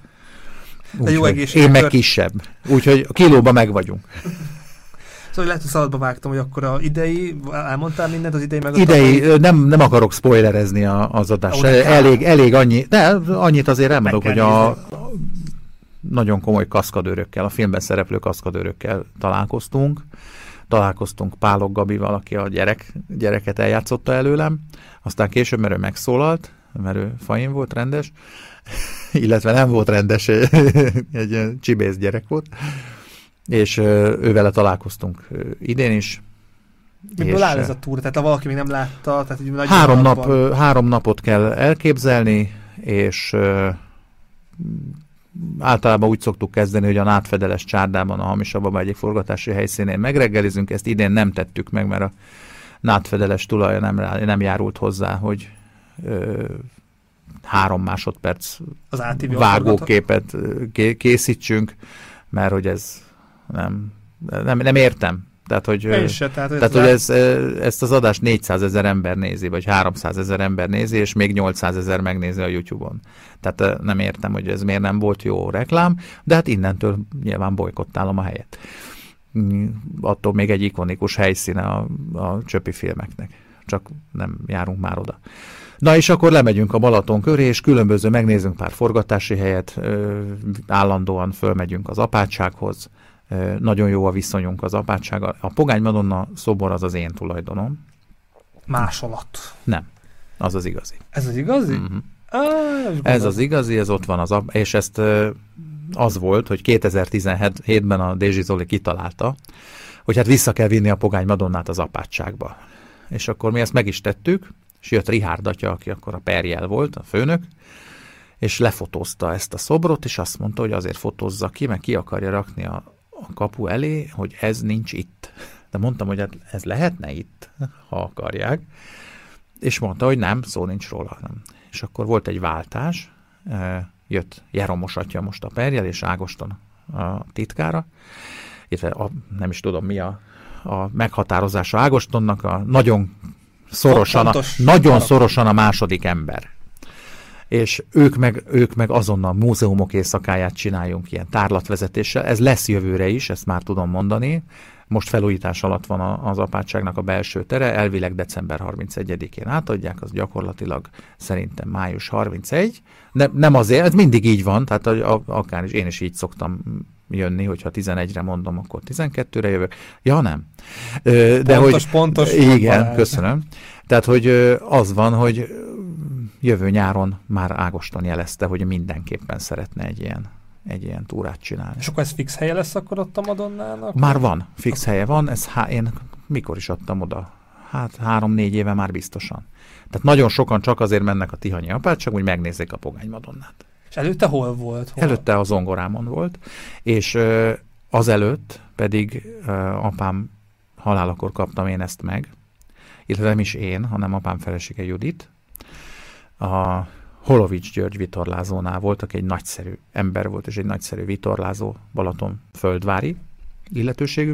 Én meg kisebb. Úgyhogy a kilóba meg vagyunk. Szóval lehet, hogy szabadba vágtam, hogy akkor a idei, elmondtál mindent, az idei meg nem akarok spoilerezni az adást. Elég annyi, de annyit azért elmondok, hogy nagyon komoly kaszkadőrökkel, a filmben szereplő kaszkadőrökkel találkoztunk. találkoztunk Pálok Gabival, aki a gyereket eljátszotta előlem, aztán később, mert ő megszólalt, mert ő fain volt, rendes, illetve nem volt rendes, egy csibész gyerek volt, és ővele találkoztunk idén is. Miből áll ez a túra? Tehát ha valaki még nem látta, tehát így három napot kell elképzelni, és általában úgy szoktuk kezdeni, hogy a Nátfedeles csárdában, a Hamis Baba egyik forgatási helyszínén megreggelizünk, ezt idén nem tettük meg, mert a Nátfedeles tulaja nem járult hozzá, hogy 3 másodperc vágóképet készítsünk, mert hogy ez nem értem. Tehát, hogy, ezt az adást 400 000 ember nézi, vagy 300 000 ember nézi, és még 800 000 megnézi a YouTube-on. Tehát nem értem, hogy ez miért nem volt jó reklám, de hát innentől nyilván bojkottálom a helyet. Attól még egy ikonikus helyszíne a Csöpi filmeknek. Csak nem járunk már oda. Na és akkor lemegyünk a Balaton köré, és különböző megnézünk pár forgatási helyet, állandóan fölmegyünk az apátsághoz, nagyon jó a viszonyunk az apátsággal. A Pogány Madonna szobor az én tulajdonom. Másolat. Nem, az az igazi. Ez az igazi? Mm-hmm. Ez az igazi, ez ott van, és ezt az volt, hogy 2017-ben a Dézsi Zoli kitalálta, hogy hát vissza kell vinni a Pogány Madonnát az apátságba. És akkor mi ezt meg is tettük, és jött Richárd atya, aki akkor a perjel volt, a főnök, és lefotózta ezt a szobrot, és azt mondta, hogy azért fotózza ki, meg ki akarja rakni a kapu elé, hogy ez nincs itt. De mondtam, hogy hát ez lehetne itt, ha akarják. És mondta, hogy nem, szó nincs róla. Nem. És akkor volt egy váltás, jött Jeromos atya most a perjel, és Ágoston a titkára, illetve nem is tudom mi a meghatározása Ágostonnak, nagyon szorosan a második ember. És ők meg azonnal múzeumok éjszakáját csináljunk ilyen tárlatvezetéssel. Ez lesz jövőre is, ezt már tudom mondani. Most felújítás alatt van az apátságnak a belső tere, elvileg december 31-én átadják, az gyakorlatilag szerintem május 31. De nem azért, ez mindig így van, tehát akár is én is így szoktam jönni, hogyha 11-re mondom, akkor 12-re jövök. Ja, nem. Pontos. Igen, köszönöm. Tehát, hogy az van, hogy jövő nyáron már Ágoston jelezte, hogy mindenképpen szeretne egy ilyen túrát csinálni. És akkor ez fix helye lesz akkor ott a Madonnának? Már van, fix helye van. Én mikor is adtam oda? Hát 3-4 éve már biztosan. Tehát nagyon sokan csak azért mennek a Tihanyi apátságba, hogy megnézzék a Pogány Madonnát. És előtte hol volt? Előtte a Zongorámon volt, és azelőtt pedig apám halálakor kaptam én ezt meg, illetve nem is én, hanem apám felesége Judit. A Holovics György vitorlázónál voltak, egy nagyszerű ember volt, és egy nagyszerű vitorlázó, Balaton földvári illetőségű.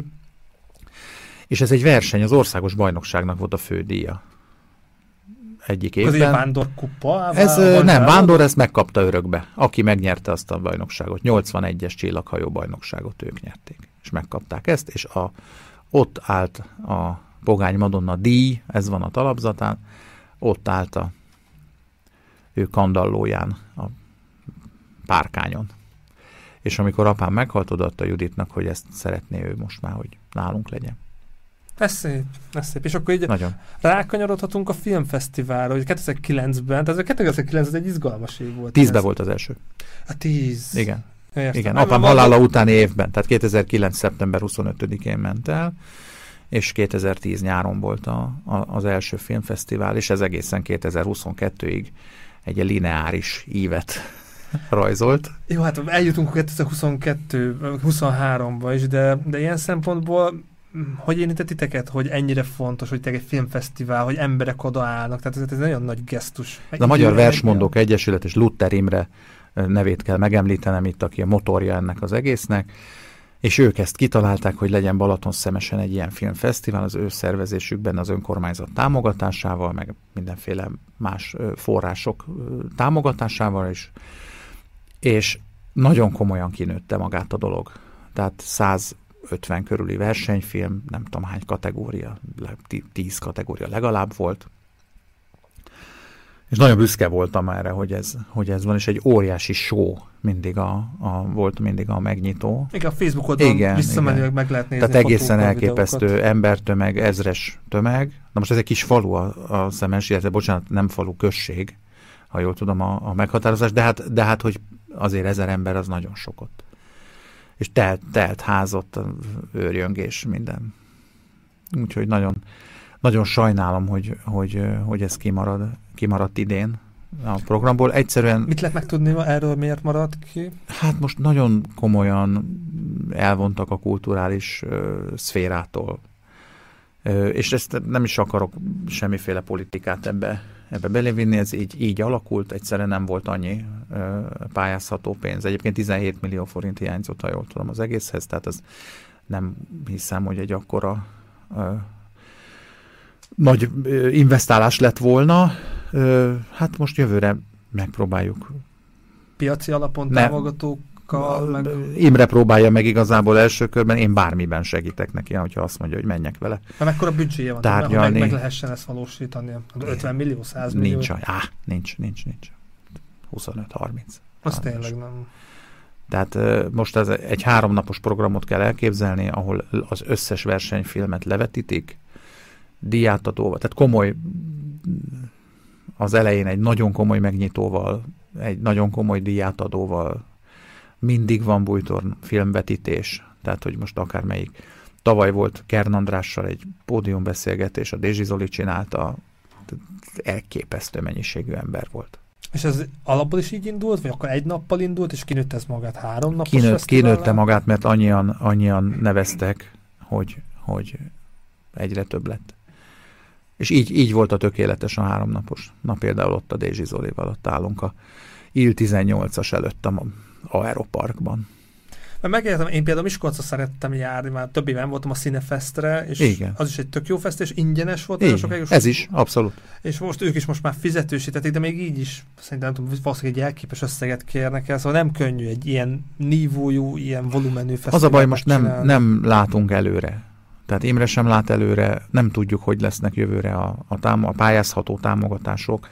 És ez egy verseny, az országos bajnokságnak volt a fődíja. Egyik évben. Ez egy vándorkupa? Nem, Vándor ezt megkapta örökbe. Aki megnyerte azt a bajnokságot, 81-es csillaghajó bajnokságot ők nyerték. És megkapták ezt, és ott állt a Pogány Madonna díj, ez van a talapzatán, ott állt ő kandallóján, a párkányon. És amikor apám meghalt, odaadta Juditnak, hogy ezt szeretné ő most már, hogy nálunk legyen. Ez szép. És akkor így nagyon rákanyarodhatunk a filmfesztiválra, hogy 2009-ben, tehát 2009 ez egy izgalmas év volt. 10-ben volt az első. A 10. Igen. Igen. Apám halála utáni évben, tehát 2009. szeptember 25-én ment el, és 2010 nyáron volt az első filmfesztivál, és ez egészen 2022-ig egy lineáris ívet rajzolt. Jó, hát eljutunk 2022-23-ba is, de ilyen szempontból hogy érintett titeket, hogy ennyire fontos, hogy egy filmfesztivál, hogy emberek odaállnak, tehát ez nagyon nagy gesztus. A Magyar Versmondók Egyesület és Luther Imre nevét kell megemlítenem itt, aki a motorja ennek az egésznek, és ők ezt kitalálták, hogy legyen Balatonszemesen egy ilyen filmfesztivál, az ő szervezésükben az önkormányzat támogatásával, meg mindenféle más források támogatásával is, és nagyon komolyan kinőtte magát a dolog. Tehát 150 körüli versenyfilm, nem tudom hány kategória, 10 kategória legalább volt, És nagyon büszke voltam erre, hogy ez van, és egy óriási show volt mindig a megnyitó. Igen, a Facebook oldalon visszamenőleg meg lehet nézni. Tehát egészen elképesztő embertömeg, ezres tömeg. Na most ez egy kis falu a Szemesi, bocsánat, nem falu, község, ha jól tudom a meghatározás, de hát, hogy azért 1000 ember az nagyon sok ott. És telt házott, őrjöngés, minden. Úgyhogy nagyon, nagyon sajnálom, hogy ez kimaradt idén a programból. Egyszerűen... Mit lehet megtudni erről, miért maradt ki? Hát most nagyon komolyan elvontak a kulturális szférától. És ezt nem is akarok semmiféle politikát ebbe belevinni, ez így alakult, egyszerűen nem volt annyi pályázható pénz. Egyébként 17 millió forint hiányzott, ha jól tudom, az egészhez, tehát ez nem hiszem, hogy egy akkora nagy investálás lett volna. Hát most jövőre megpróbáljuk. Piaci alapon támogatókkal? Imre próbálja meg igazából első körben, én bármiben segítek neki, hogyha azt mondja, hogy menjek vele. De mekkora büdzséje van, hogy meg lehessen ezt valósítani? 50 millió, 100 millió? Nincs. 25-30. Az tényleg nem. Tehát most egy 3 napos programot kell elképzelni, ahol az összes versenyfilmet levetítik, díjátadóval, tehát komoly, az elején egy nagyon komoly megnyitóval, egy nagyon komoly díjátadóval, mindig van bújtorn filmvetítés, tehát hogy most akármelyik. Tavaly volt Kern Andrással egy pódiumbeszélgetés, a Dézsi Zoli csinálta, elképesztő mennyiségű ember volt. És ez alapból is így indult, vagy akkor egy nappal indult, és kinőtte ez magát 3 napos kinőtte magát, mert annyian neveztek, hogy egyre több lett. És így volt a tökéletes a 3 napos. Na például ott a Dézsi Zolival, ott állunk a IL 18-as előtt a Aeroparkban. Megértem, én például Miskolcra szerettem járni, már több éven voltam a Cinefestre, és igen. Az is egy tök jó fest, és ingyenes volt. Ez is, abszolút. És most ők is most már fizetősítették, de még így is szerintem nem tudom, valószínűleg egy elképes összeget kérnek el, szóval nem könnyű egy ilyen nívójú, ilyen volumenű fesztivál. Az a baj, most nem látunk előre. Tehát Imre sem lát előre, nem tudjuk, hogy lesznek jövőre a pályázható támogatások.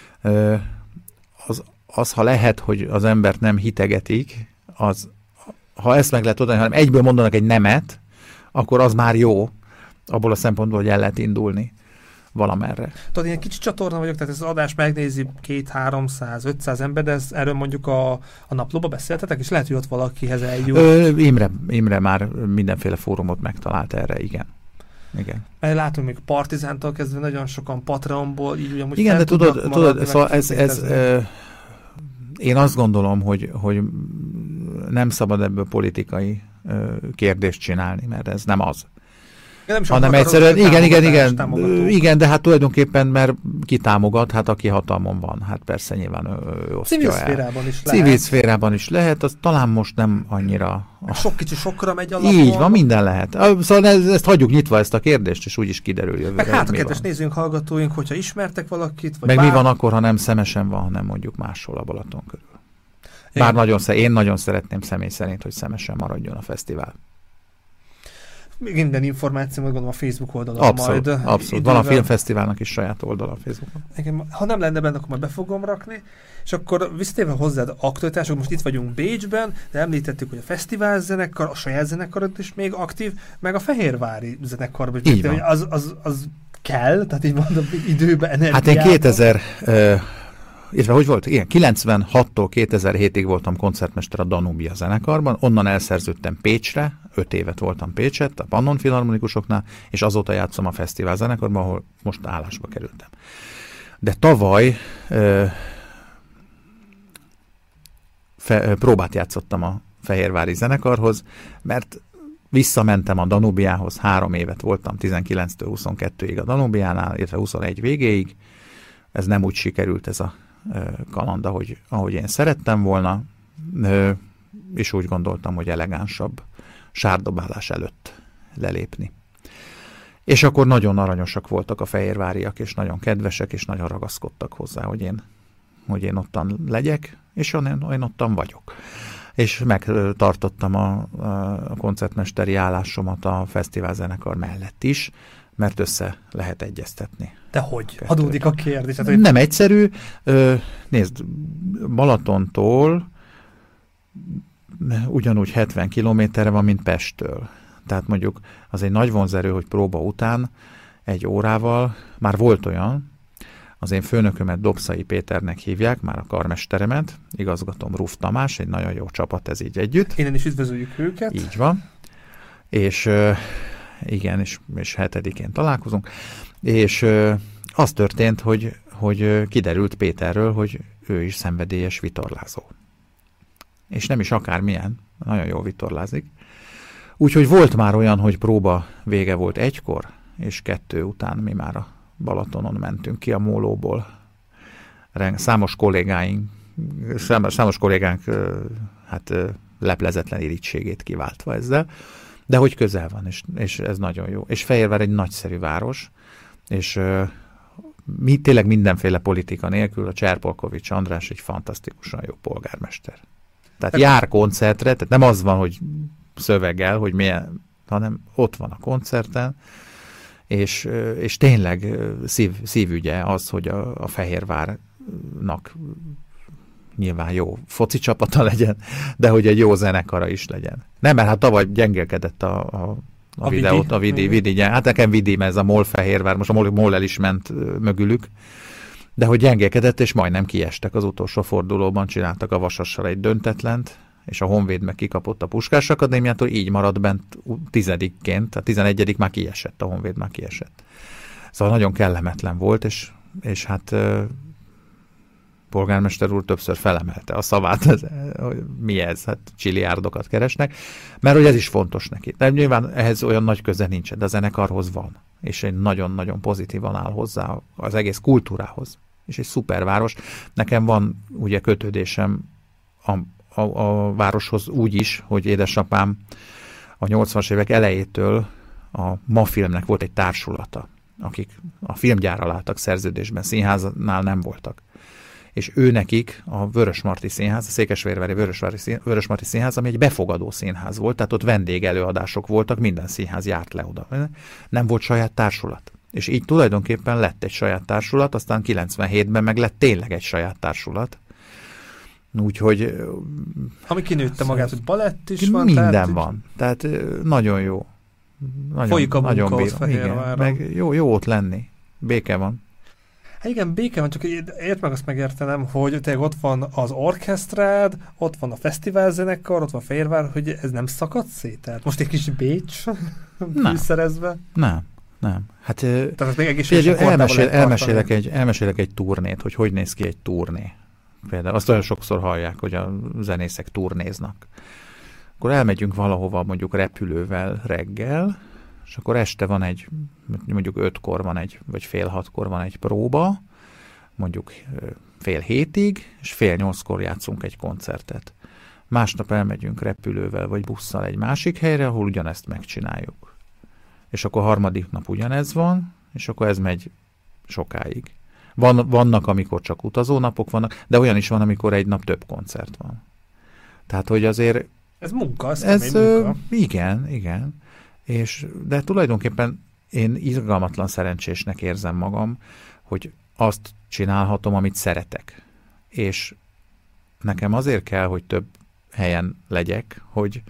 Az, ha lehet, hogy az embert nem hitegetik, ha ezt meg lehet oldani, hanem egyből mondanak egy nemet, akkor az már jó, abból a szempontból, hogy el lehet indulni valamerre. Tudod, én kicsi csatorna vagyok, tehát ez az adás megnézi 200-300-500 ember, de erről mondjuk a naplóba beszéltetek, és lehet, hogy ott valakihez eljut. Imre már mindenféle fórumot megtalált erre, igen. Mert látunk még Partizántól kezdve nagyon sokan Patreonból, így ugyanúgy igen, de tudod, szóval ez én azt gondolom, hogy nem szabad ebből politikai kérdést csinálni, mert ez nem az. Hanem egyszerűen, igen, de hát tulajdonképpen, mert ki támogat, hát aki hatalmon van, hát persze nyilván ő osztja el. Civil szférában is lehet, az talán most nem annyira... Sok kicsi sokra megy alapon. Így van, minden lehet. Szóval ezt hagyjuk nyitva ezt a kérdést, és úgyis kiderül jövőre. Meg hát a kedves nézőink, hallgatóink, hogyha ismertek valakit, vagy meg mi van akkor, ha nem Szemesen van, hanem mondjuk máshol a Balaton körül. Bár én nagyon szeretném személy szerint, hogy Szemesen maradjon a fesztivál. Minden információ, gondolom a Facebook oldalon abszolút, majd. Abszolút. Van a filmfesztiválnak is saját oldala a Facebookon. Ha nem lenne benne, akkor majd be fogom rakni. És akkor visszatérve hozzád aktualitások, most itt vagyunk Bécsben, de említettük, hogy a fesztivál zenekar, a saját zenekarod is még aktív, meg a fehérvári zenekarban. Így van. Az kell, tehát így mondom, időben, energiában. Hát én 2000... illetve hogy volt? Igen, 96-tól 2007-ig voltam koncertmester a Danubia zenekarban, onnan elszerződtem Pécsre, 5 évet voltam Pécset, a Pannon Filharmonikusoknál, és azóta játszom a fesztivál zenekarban, ahol most állásba kerültem. De tavaly próbát játszottam a Fehérvári zenekarhoz, mert visszamentem a Danubiához, 3 évet voltam, 19-től 22-ig a Danubiánál, illetve 21 végéig. Ez nem úgy sikerült ez a kaland, ahogy én szerettem volna, és úgy gondoltam, hogy elegánsabb sárdobálás előtt lelépni. És akkor nagyon aranyosak voltak a fehérváriak, és nagyon kedvesek, és nagyon ragaszkodtak hozzá, hogy én ottan legyek, és én ottan vagyok. És megtartottam a koncertmesteri állásomat a fesztiválzenekar mellett is, mert össze lehet egyeztetni. De hogy? Adódik a kérdés. Hát, nem egyszerű. Nézd, Balatontól ugyanúgy 70 kilométerre van, mint Pesttől. Tehát mondjuk az egy nagy vonzerő, hogy próba után 1 órával, már volt olyan, az én főnökömet Dobszai Péternek hívják, már a karmesteremet, igazgatom Ruf Tamás, egy nagyon jó csapat ez így együtt. Innen is üdvözöljük őket. Így van. És igen, és 7-én találkozunk. És az történt, hogy kiderült Péterről, hogy ő is szenvedélyes vitorlázó. És nem is akármilyen, nagyon jól vitorlázik. Úgyhogy volt már olyan, hogy próba vége volt 1-kor, és 2 után mi már a Balatonon mentünk ki a mólóból. Számos kollégánk hát leplezetlen irítségét kiváltva ezzel, de hogy közel van, és ez nagyon jó. És Fehérvár egy nagyszerű város, és tényleg mindenféle politika nélkül a Cserpolkovics András egy fantasztikusan jó polgármester. Tehát jár koncertre, tehát nem az van, hogy szöveggel, hogy milyen, hanem ott van a koncerten, és tényleg szívügye az, hogy a Fehérvárnak nyilván jó foci csapata legyen, de hogy egy jó zenekara is legyen. Nem, mert hát tavaly gyengélkedett a videót, a Vidi. Hát nekem Vidi, mert ez a MOL Fehérvár, most a MOL el is ment mögülük, de hogy gyengélkedett, és majdnem kiestek az utolsó fordulóban, csináltak a Vasassal egy döntetlent, és a Honvéd meg kikapott a Puskás Akadémiától, így maradt bent 10-ként, a 11. már kiesett, a Honvéd már kiesett. Szóval nagyon kellemetlen volt, és hát polgármester úr többször felemelte a szavát, hogy mi ez, hát csiliárdokat keresnek, mert hogy ez is fontos neki. De nyilván ehhez olyan nagy köze nincsen, de a zenekarhoz van, és egy nagyon-nagyon pozitívan áll hozzá az egész kultúrához, és egy szuper város. Nekem van ugye kötődésem a városhoz úgy is, hogy édesapám a 80-as évek elejétől a Ma Filmnek volt egy társulata, akik a filmgyárral álltak szerződésben, színháznál nem voltak. És ő nekik a Vörösmarty Színház, a Székesfehérvári Vörösmarty Színház, ami egy befogadó színház volt, tehát ott vendégelőadások voltak, minden színház járt le oda. Nem volt saját társulat. És így tulajdonképpen lett egy saját társulat, aztán 97-ben meg lett tényleg egy saját társulat. Úgyhogy... Ami kinőtte magát, hogy balett is van. Minden tehát, van. Tehát nagyon jó. Folyik a munka ott Fehérváron. Meg jó ott lenni. Béke van. Hát igen, béke van, csak ért meg azt megértenem, hogy tényleg ott van az orkesztrád, ott van a fesztiválzenekar, ott van Fehérvár, hogy ez nem szakad szét? Tehát most egy kis Bécs fűszerezve? Nem. Hát, tehát még egészségesen elmesélek egy turnét, hogy néz ki egy turné. Például azt olyan sokszor hallják, hogy a zenészek turnéznak. Akkor elmegyünk valahova mondjuk repülővel reggel, és akkor este van mondjuk 5-kor van vagy fél 6-kor van egy próba, mondjuk fél 7-ig, és fél 8-kor játszunk egy koncertet. Másnap elmegyünk repülővel vagy busszal egy másik helyre, ahol ugyanezt megcsináljuk. És akkor harmadik nap ugyanez van, és akkor ez megy sokáig. Vannak, amikor csak utazónapok vannak, de olyan is van, amikor egy nap több koncert van. Tehát, hogy azért... Ez munka, ez munka. Igen. De tulajdonképpen én izgalmatlan szerencsésnek érzem magam, hogy azt csinálhatom, amit szeretek. És nekem azért kell, hogy több helyen legyek, hogy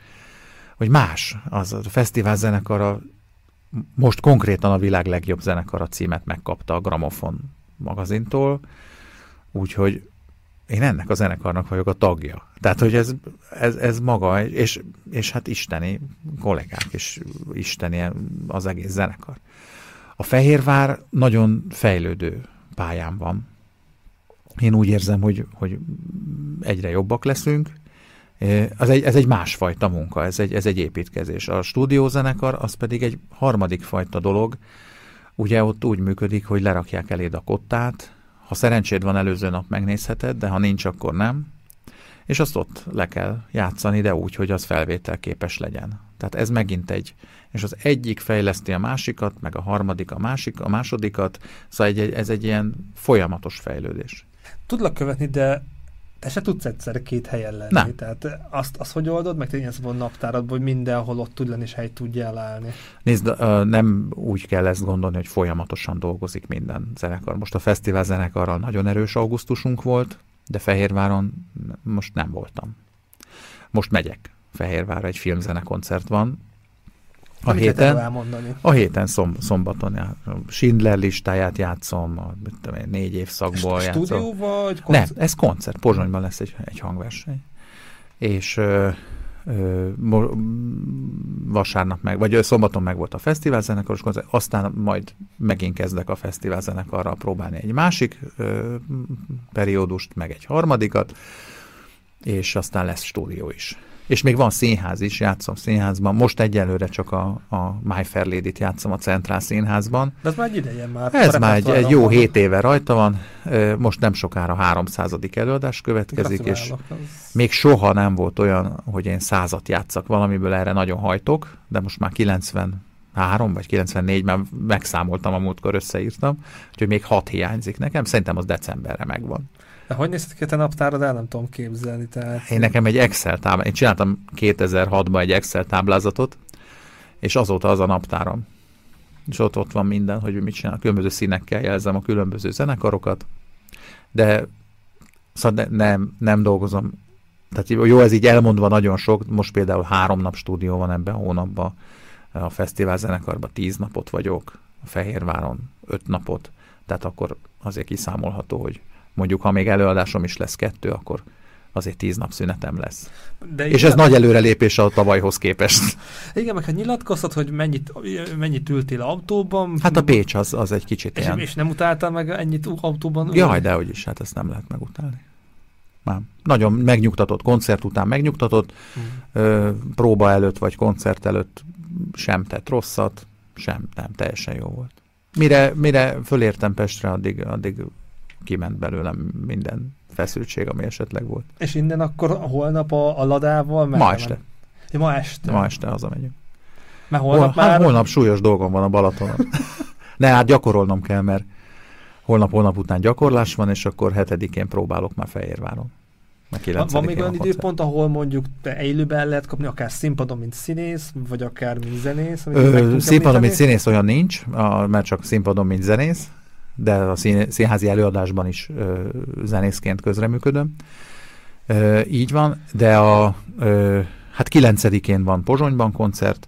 más. Az a fesztivál zenekara most konkrétan a világ legjobb zenekara címet megkapta a Gramofon magazintól, úgyhogy én ennek a zenekarnak vagyok a tagja. Tehát, hogy ez maga, és hát isteni kollégák, és isteni az egész zenekar. A Fehérvár nagyon fejlődő pályán van. Én úgy érzem, hogy egyre jobbak leszünk. Ez egy másfajta munka, ez egy építkezés. A stúdiózenekar az pedig egy harmadik fajta dolog. Ugye ott úgy működik, hogy lerakják eléd a kottát, ha szerencséd van, előző nap megnézheted, de ha nincs, akkor nem. És azt ott le kell játszani, de úgy, hogy az felvételképes legyen. Tehát ez megint és az egyik fejleszti a másikat, meg a harmadik a másodikat, szóval ez egy ilyen folyamatos fejlődés. Tudlak követni, de Te se tudsz egyszer két helyen lenni. Nem. Tehát azt hogy oldod, meg te ilyen szabad naptáradban, hogy mindenhol ott tud lenni, és helyt tudjál állni. Nézd, nem úgy kell ezt gondolni, hogy folyamatosan dolgozik minden zenekar. Most a fesztivál zenekarral nagyon erős augusztusunk volt, de Fehérváron most nem voltam. Most megyek Fehérvárra, egy filmzenekoncert van. A héten szombaton Schindler listáját játszom, 4 évszakból játszom. Stúdió vagy koncert? Nem, ez koncert. Pozsonyban lesz egy hangverseny. És vasárnap vagy szombaton meg volt a fesztiválzenekaros koncert, aztán majd megint kezdek a fesztiválzenekarral próbálni egy másik periódust, meg egy harmadikat, és aztán lesz stúdió is. És még van színház is, játszom színházban. Most egyelőre csak a My Fair Lady-t játszom a Centrál Színházban. De ez már egy ideje már. Ez már egy jó 7 éve rajta van. Most nem sokára 300. előadás következik, és még soha nem volt olyan, hogy én 100-at játszak valamiből, erre nagyon hajtok, de most már 93 vagy 94, már megszámoltam, a múltkor összeírtam, úgyhogy még 6 hiányzik nekem. Szerintem az decemberre megvan. De hogy néztek ki a te naptárad, el nem tudom képzelni. Tehát... Én nekem egy Excel táblázat, én csináltam 2006-ban egy Excel táblázatot, és azóta az a naptáram. És ott van minden, hogy mit csinál. Különböző színekkel jelzem a különböző zenekarokat, de szóval nem dolgozom. Tehát jó, ez így elmondva nagyon sok, most például 3 nap stúdió van ebben a hónapban, a fesztivál zenekarban 10 napot vagyok, a Fehérváron 5 napot, tehát akkor azért kiszámolható, hogy mondjuk, ha még előadásom is lesz 2, akkor azért 10 nap szünetem lesz. És ez nagy előrelépés a tavalyhoz képest. Igen, meg hát nyilatkoztat, hogy mennyit ültél autóban. Hát a Pécs az egy kicsit ilyen. És nem utáltál meg ennyit autóban? Jaj, dehogy is, hát ezt nem lehet megutálni. Már. Nagyon megnyugtatott, koncert után megnyugtatott, próba előtt vagy koncert előtt sem tett rosszat, nem, teljesen jó volt. Mire fölértem Pestre, addig kiment belőlem minden feszültség, ami esetleg volt. És innen akkor holnap a Ladával? Ma este. Ja, ma este? Ma este hazamegyünk. Mert holnap súlyos dolgom van a Balatonon. Hát gyakorolnom kell, mert holnap után gyakorlás van, és akkor 7-én próbálok már Fehérváron. Van még olyan időpont, ahol mondjuk élőben lehet kapni, akár színpadon, mint színész, vagy akár mint zenész? Színpadon, mint színész olyan nincs, mert csak színpadon, mint zenész, de a színházi előadásban is zenészként közreműködöm. Így van, de hát 9-én van Pozsonyban koncert,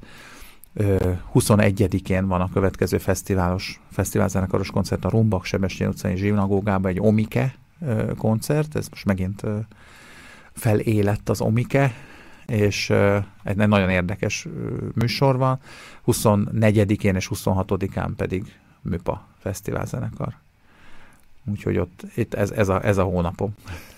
21-én van a következő fesztiválzenekaros koncert a Rumbak Sebestyén utcai zsinagógában, egy Omike koncert, ez most megint felélett az Omike, és egy nagyon érdekes műsor van, 24-én és 26-án pedig Műpa fesztiválzenekar. Úgyhogy itt ez a hónapom.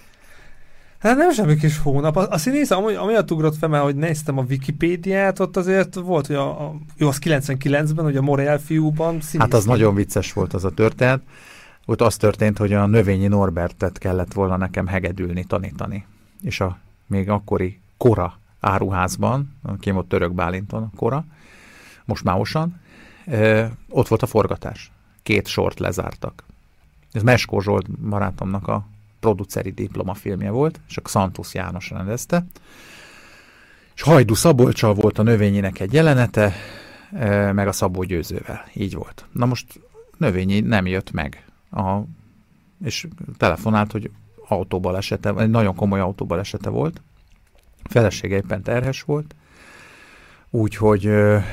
Hát nem semmi kis hónap. A színész, amiatt ugrott fel, mert hogy néztem a Wikipédiát, ott azért volt, hogy jó, az 99-ben, hogy a Morel fiúban színész. Hát az nagyon vicces volt az a történet. Ott az történt, hogy a Növényi Norbertet kellett volna nekem hegedülni, tanítani. És a még akkori Kora áruházban, aki ott Török Bálinton a Kora, most már Osan, ott volt a forgatás. 2 sort lezártak. Ez Meskó Zsolt barátomnak a produceri diplomafilmje volt, és a Xantusz János rendezte. És Hajdú Szabolccsal volt a Növényinek egy jelenete, meg a Szabó Győzővel. Így volt. Na most Növényi nem jött meg. És telefonált, hogy autóbalesete, egy nagyon komoly autóbalesete volt. Felesége éppen terhes volt, úgyhogy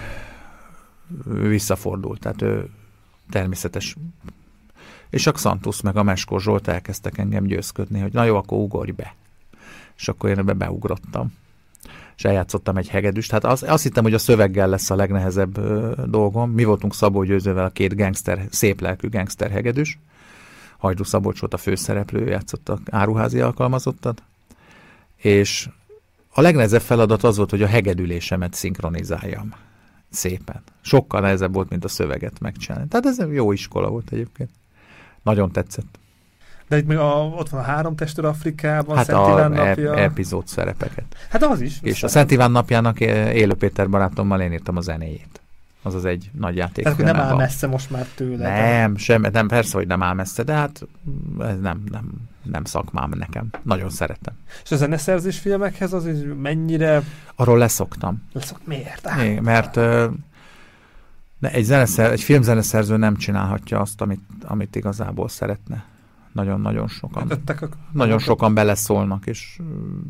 visszafordult. Tehát ő természetes. És a Xantusz meg a Meskó Zsolt elkezdtek engem győzködni, hogy na jó, akkor ugorj be. És akkor én beugrottam. És eljátszottam egy hegedűst. Hát azt hittem, hogy a szöveggel lesz a legnehezebb dolgom. Mi voltunk Szabó Győzővel a 2 szép lelkű gangster hegedűs. Hajdú Szabolcs volt a főszereplő, játszott a áruházi alkalmazottat. És a legnehezebb feladat az volt, hogy a hegedülésemet szinkronizáljam. Szépen. Sokkal nehezebb volt, mint a szöveget megcsinálni. Tehát ez jó iskola volt egyébként. Nagyon tetszett. De itt még ott van a 3 testőr Afrikában, hát Szent Iván napja. Epizód szerepeket. Hát az is. És a Szent Iván napjának Élő Péter barátommal én írtam a zenéjét. Azaz egy nagy játék. Tehát nem áll messze most már tőle. Nem, persze, hogy nem áll messze, de hát ez nem nem szakmám nekem. Nagyon szeretem. És a zeneszerzés filmekhez az is mennyire... Arról leszoktam. Miért? Mert egy filmzeneszerző nem csinálhatja azt, amit igazából szeretne. Nagyon-nagyon sokan. Nagyon sokan beleszólnak, és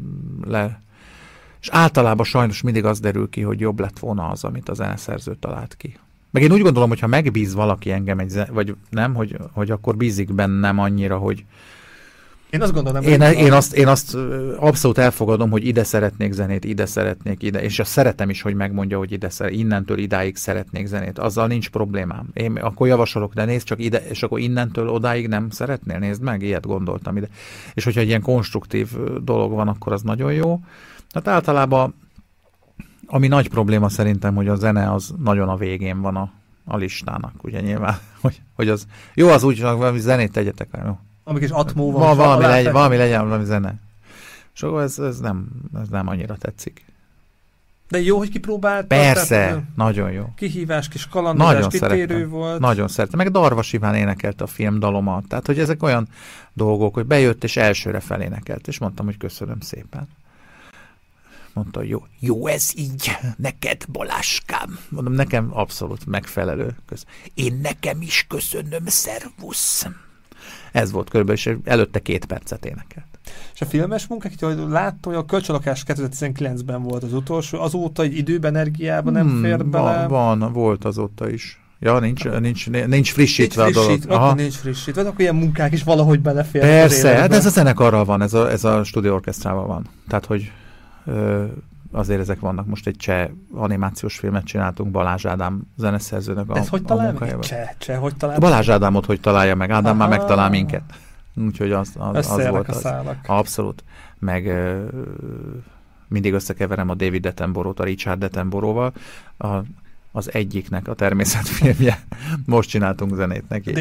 általában sajnos mindig az derül ki, hogy jobb lett volna az, amit a zeneszerző talált ki. Meg én úgy gondolom, hogy ha megbíz valaki engem, vagy nem, hogy akkor bízik bennem annyira, hogy én azt gondolom, én azt abszolút elfogadom, hogy ide szeretnék zenét, ide szeretnék, ide, és azt szeretem is, hogy megmondja, hogy innentől idáig szeretnék zenét. Azzal nincs problémám. Én akkor javasolok, de nézd csak ide, és akkor innentől odáig nem szeretnél, nézd meg, ilyet gondoltam ide. És hogyha egy ilyen konstruktív dolog van, akkor az nagyon jó. Hát általában, ami nagy probléma szerintem, hogy a zene az nagyon a végén van a listának, ugye nyilván, hogy az jó, az úgy, hogy valami zenét tegyetek, jó. Amik is atmó van. Valami legyen, valami zene. És akkor ez nem annyira tetszik. De jó, hogy kipróbáltad? Persze, nagyon jó. Kihívás, kis kalandozás, kitérő volt. Nagyon szeretem. Meg Darvas Iván énekelte a filmdalomat. Tehát, hogy ezek olyan dolgok, hogy bejött és elsőre felénekelt. És mondtam, hogy köszönöm szépen. Mondta, jó ez így, neked, Baláskám. Mondom, nekem abszolút megfelelő. Én nekem is köszönöm, szervusz. Ez volt körülbelül, és előtte 2 percet énekelt. És a filmes munkák, hogy láttam, hogy a Kölcsönlakás 2019-ben volt az utolsó, azóta egy időben, energiában nem fér bele. Volt azóta is. Ja, nincs frissítve a dolog. Akkor nincs frissítve, akkor ilyen munkák is valahogy belefér. Persze, hát ez a zenekarral van, ez a stúdióorkesztrával van. Tehát, hogy azért ezek vannak. Most egy cseh animációs filmet csináltunk Balázs Ádám zeneszerzőnek a hogy talál meg? Cseh, hogy talál? Balázs Ádámot hogy találja meg? Ádám már megtalál minket. Úgyhogy az volt az. Abszolút. Meg mindig összekeverem a David Attenborough-t a Richard Attenborough-val. Az egyiknek a természetfilmje. Most csináltunk zenét neki.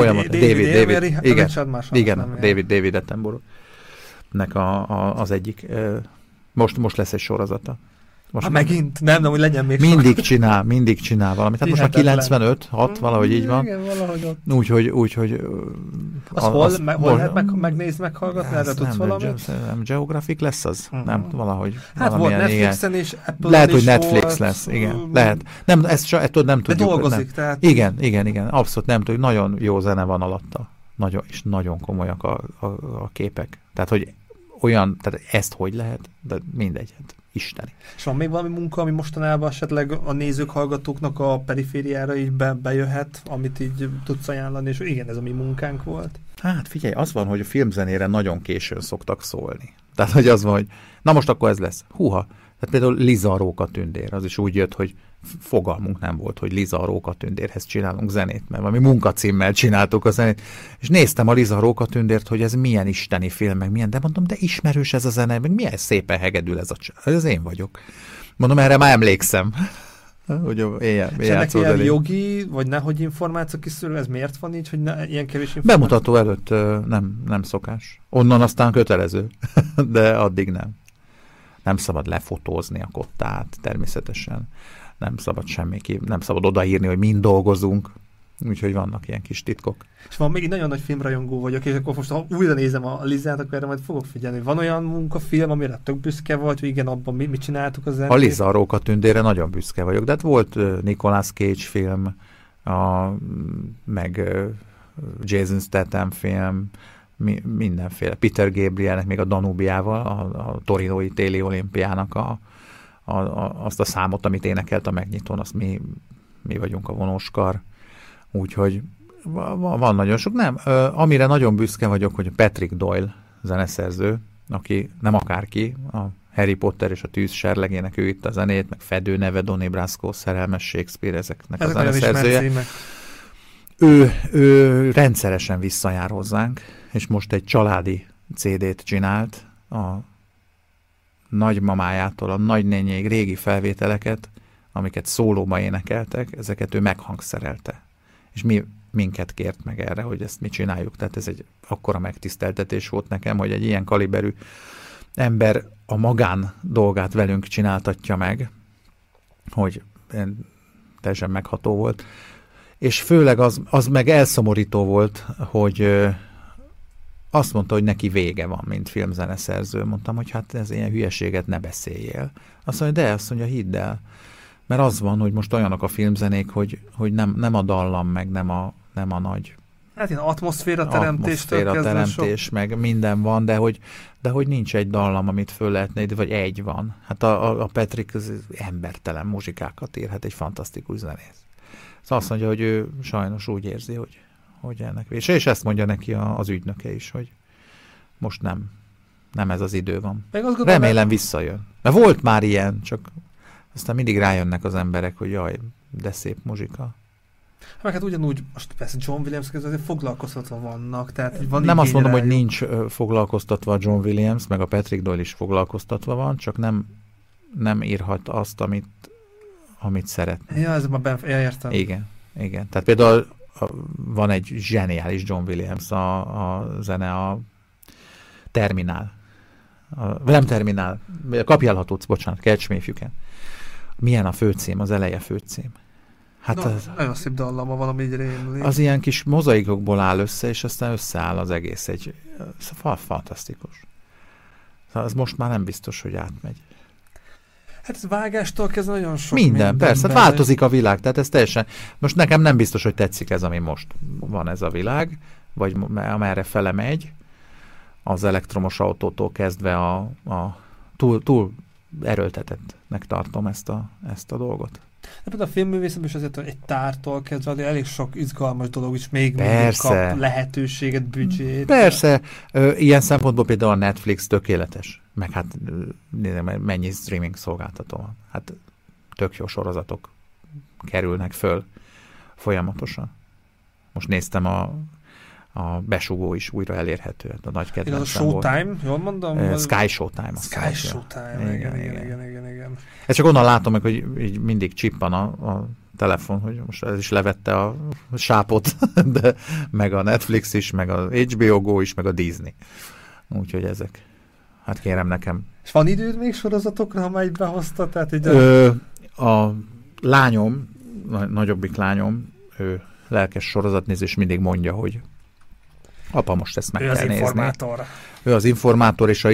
David Attenborough-nek az egyik. Most lesz egy sorozata. Megint? Nem, hogy legyen még mindig csinál valamit. Hát most már 95, 6, valahogy így van. Igen, valahogy ott. Úgyhogy hol lehet meghallgatni? Erre tudsz valamit? Nem Geographic lesz az? Nem, valahogy. Hát volt Netflixen és Apple-en lehet, hogy Netflix lesz, igen. Lehet. Nem, ezt nem tudjuk. De dolgozik, tehát. Igen. Abszolút nem tudjuk. Nagyon jó zene van alatta. És nagyon komolyak a képek. Tehát, hogy tehát ezt hogy lehet? De mindegy, hát isteni. És van még valami munka, ami mostanában esetleg a nézők, hallgatóknak a perifériára így bejöhet, amit így tudsz ajánlani, és igen, ez a mi munkánk volt? Hát figyelj, az van, hogy a filmzenére nagyon későn szoktak szólni. Tehát, hogy az van, hogy na most akkor ez lesz. Húha! Tehát például Liza a Rókatündér, az is úgy jött, hogy fogalmunk nem volt, hogy Liza a Rókatündérhez csinálunk zenét, mert valami munkacímmel csináltuk a zenét, és néztem a Liza a Rókatündért, hogy ez milyen isteni film, meg milyen, de mondom, de ismerős ez a zene, meg milyen szépen hegedül ez én vagyok. Mondom, erre már emlékszem. Hogy és ennek ilyen jogi, vagy nehogy információ kiszűrő, ez miért van így, hogy ilyen kevés információ? Bemutató előtt nem szokás. Onnan aztán kötelező, de addig nem. Nem szabad lefotózni a kottát, természetesen. Nem szabad nem szabad odaírni, hogy mind dolgozunk. Úgyhogy vannak ilyen kis titkok. És van még egy nagyon nagy filmrajongó vagyok, és akkor most ha újra nézem a Lizát, akkor erre majd fogok figyelni. Van olyan munkafilm, amire tök büszke vagy, hogy igen, abban mit csináltuk az zenét? A Liza a Rókatündére nagyon büszke vagyok, de hát volt Nicolas Cage film, meg Jason Statham film, mindenféle. Peter Gabrielnek még a Danubiával, a torinói téli olimpiának azt a számot, amit énekelt a megnyitón, azt mi vagyunk a vonóskar. Úgyhogy van nagyon sok. Nem, amire nagyon büszke vagyok, hogy Patrick Doyle zeneszerző, aki nem akárki, a Harry Potter és a Tűz serlegének ő itt a zenét, meg Fedő neve, Donnie Brasco, Szerelmes Shakespeare, ezeknek a zeneszerzője. Ő rendszeresen visszajár hozzánk, és most egy családi CD-t csinált a nagymamájától a nagynényéig régi felvételeket, amiket szólóba énekeltek, ezeket ő meghangszerelte. És minket kért meg erre, hogy ezt mi csináljuk. Tehát ez egy akkora megtiszteltetés volt nekem, hogy egy ilyen kaliberű ember a magán dolgát velünk csináltatja meg, hogy teljesen megható volt. És főleg az meg elszomorító volt, hogy azt mondta, hogy neki vége van, mint filmzeneszerző. Mondtam, hogy hát ez ilyen hülyeséget ne beszéljél. Azt mondja, hidd el. Mert az van, hogy most olyanok a filmzenék, hogy nem a dallam, meg nem a nagy hát ilyen atmoszféra-teremtés, meg minden van, de hogy nincs egy dallam, amit föl lehetne, vagy egy van. Hát a Patrick az embertelen muzsikákat ír, hát egy fantasztikus zenész. Szóval azt mondja, hogy ő sajnos úgy érzi, hogy ennek vége. És ezt mondja neki az ügynöke is, hogy most nem ez az idő van. Remélem visszajön. Mert volt már ilyen, csak aztán mindig rájönnek az emberek, hogy jaj, de szép muzsika. Meg hát ugyanúgy, most persze John Williams között azért foglalkoztatva vannak. Tehát van nem azt mondom, hogy nincs foglalkoztatva a John Williams, meg a Patrick Doyle is foglalkoztatva van, csak nem írhat azt, amit szeretne. Ja, ez már értem. Igen. Tehát például van egy zseniális John Williams a zene, a Terminál. Nem Terminál, Kapjál, ha tudsz, bocsánat, Catch Me If You Can. Milyen a főcím, az eleje főcím? Hát nagyon szép dallama, valami így rémlik. Az ilyen kis mozaikokból áll össze, és aztán összeáll az egész. Fantasztikus. Az most már nem biztos, hogy átmegy. Hát ez vágástól kezdve nagyon sok minden persze, hát változik a világ, tehát ez teljesen... Most nekem nem biztos, hogy tetszik ez, ami most van ez a világ, vagy amerre fele megy, az elektromos autótól kezdve túl erőltetettnek tartom ezt a dolgot. De például a filmművészet is azért egy tártól kezdve elég sok izgalmas dolog is még kap lehetőséget, büdzsét. Persze, ilyen szempontból például a Netflix tökéletes, meg hát mennyi streaming szolgáltató van. Hát tök jó sorozatok kerülnek föl folyamatosan. Most néztem a Besugó is újra elérhető, a nagy kedvencem volt. A Showtime, jól mondom? Sky Showtime. Sky Showtime, igen. Ezt csak onnan látom meg, hogy így mindig csippan a telefon, hogy most ez is levette a sápot, de meg a Netflix is, meg a HBO Go is, meg a Disney. Úgyhogy ezek. Hát kérem nekem. És van időd még sorozatokra, ha már így behozta? Tehát így a lányom, nagyobbik lányom, ő lelkes sorozatnézés, mindig mondja, hogy apa, most ezt meg kell nézni. Informátor. Ő az informátor, és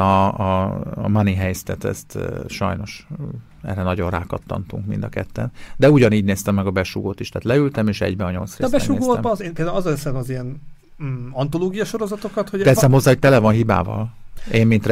a Money Heist-et, ezt sajnos erre nagyon rákattantunk mind a ketten. De ugyanígy néztem meg a Besugót is, tehát leültem, és egybe a 8 részt megnéztem. De a Besugóban például az hiszem az ilyen antológia sorozatokat, hogy... Teszem hozzá, hogy tele van hibával. Én, mint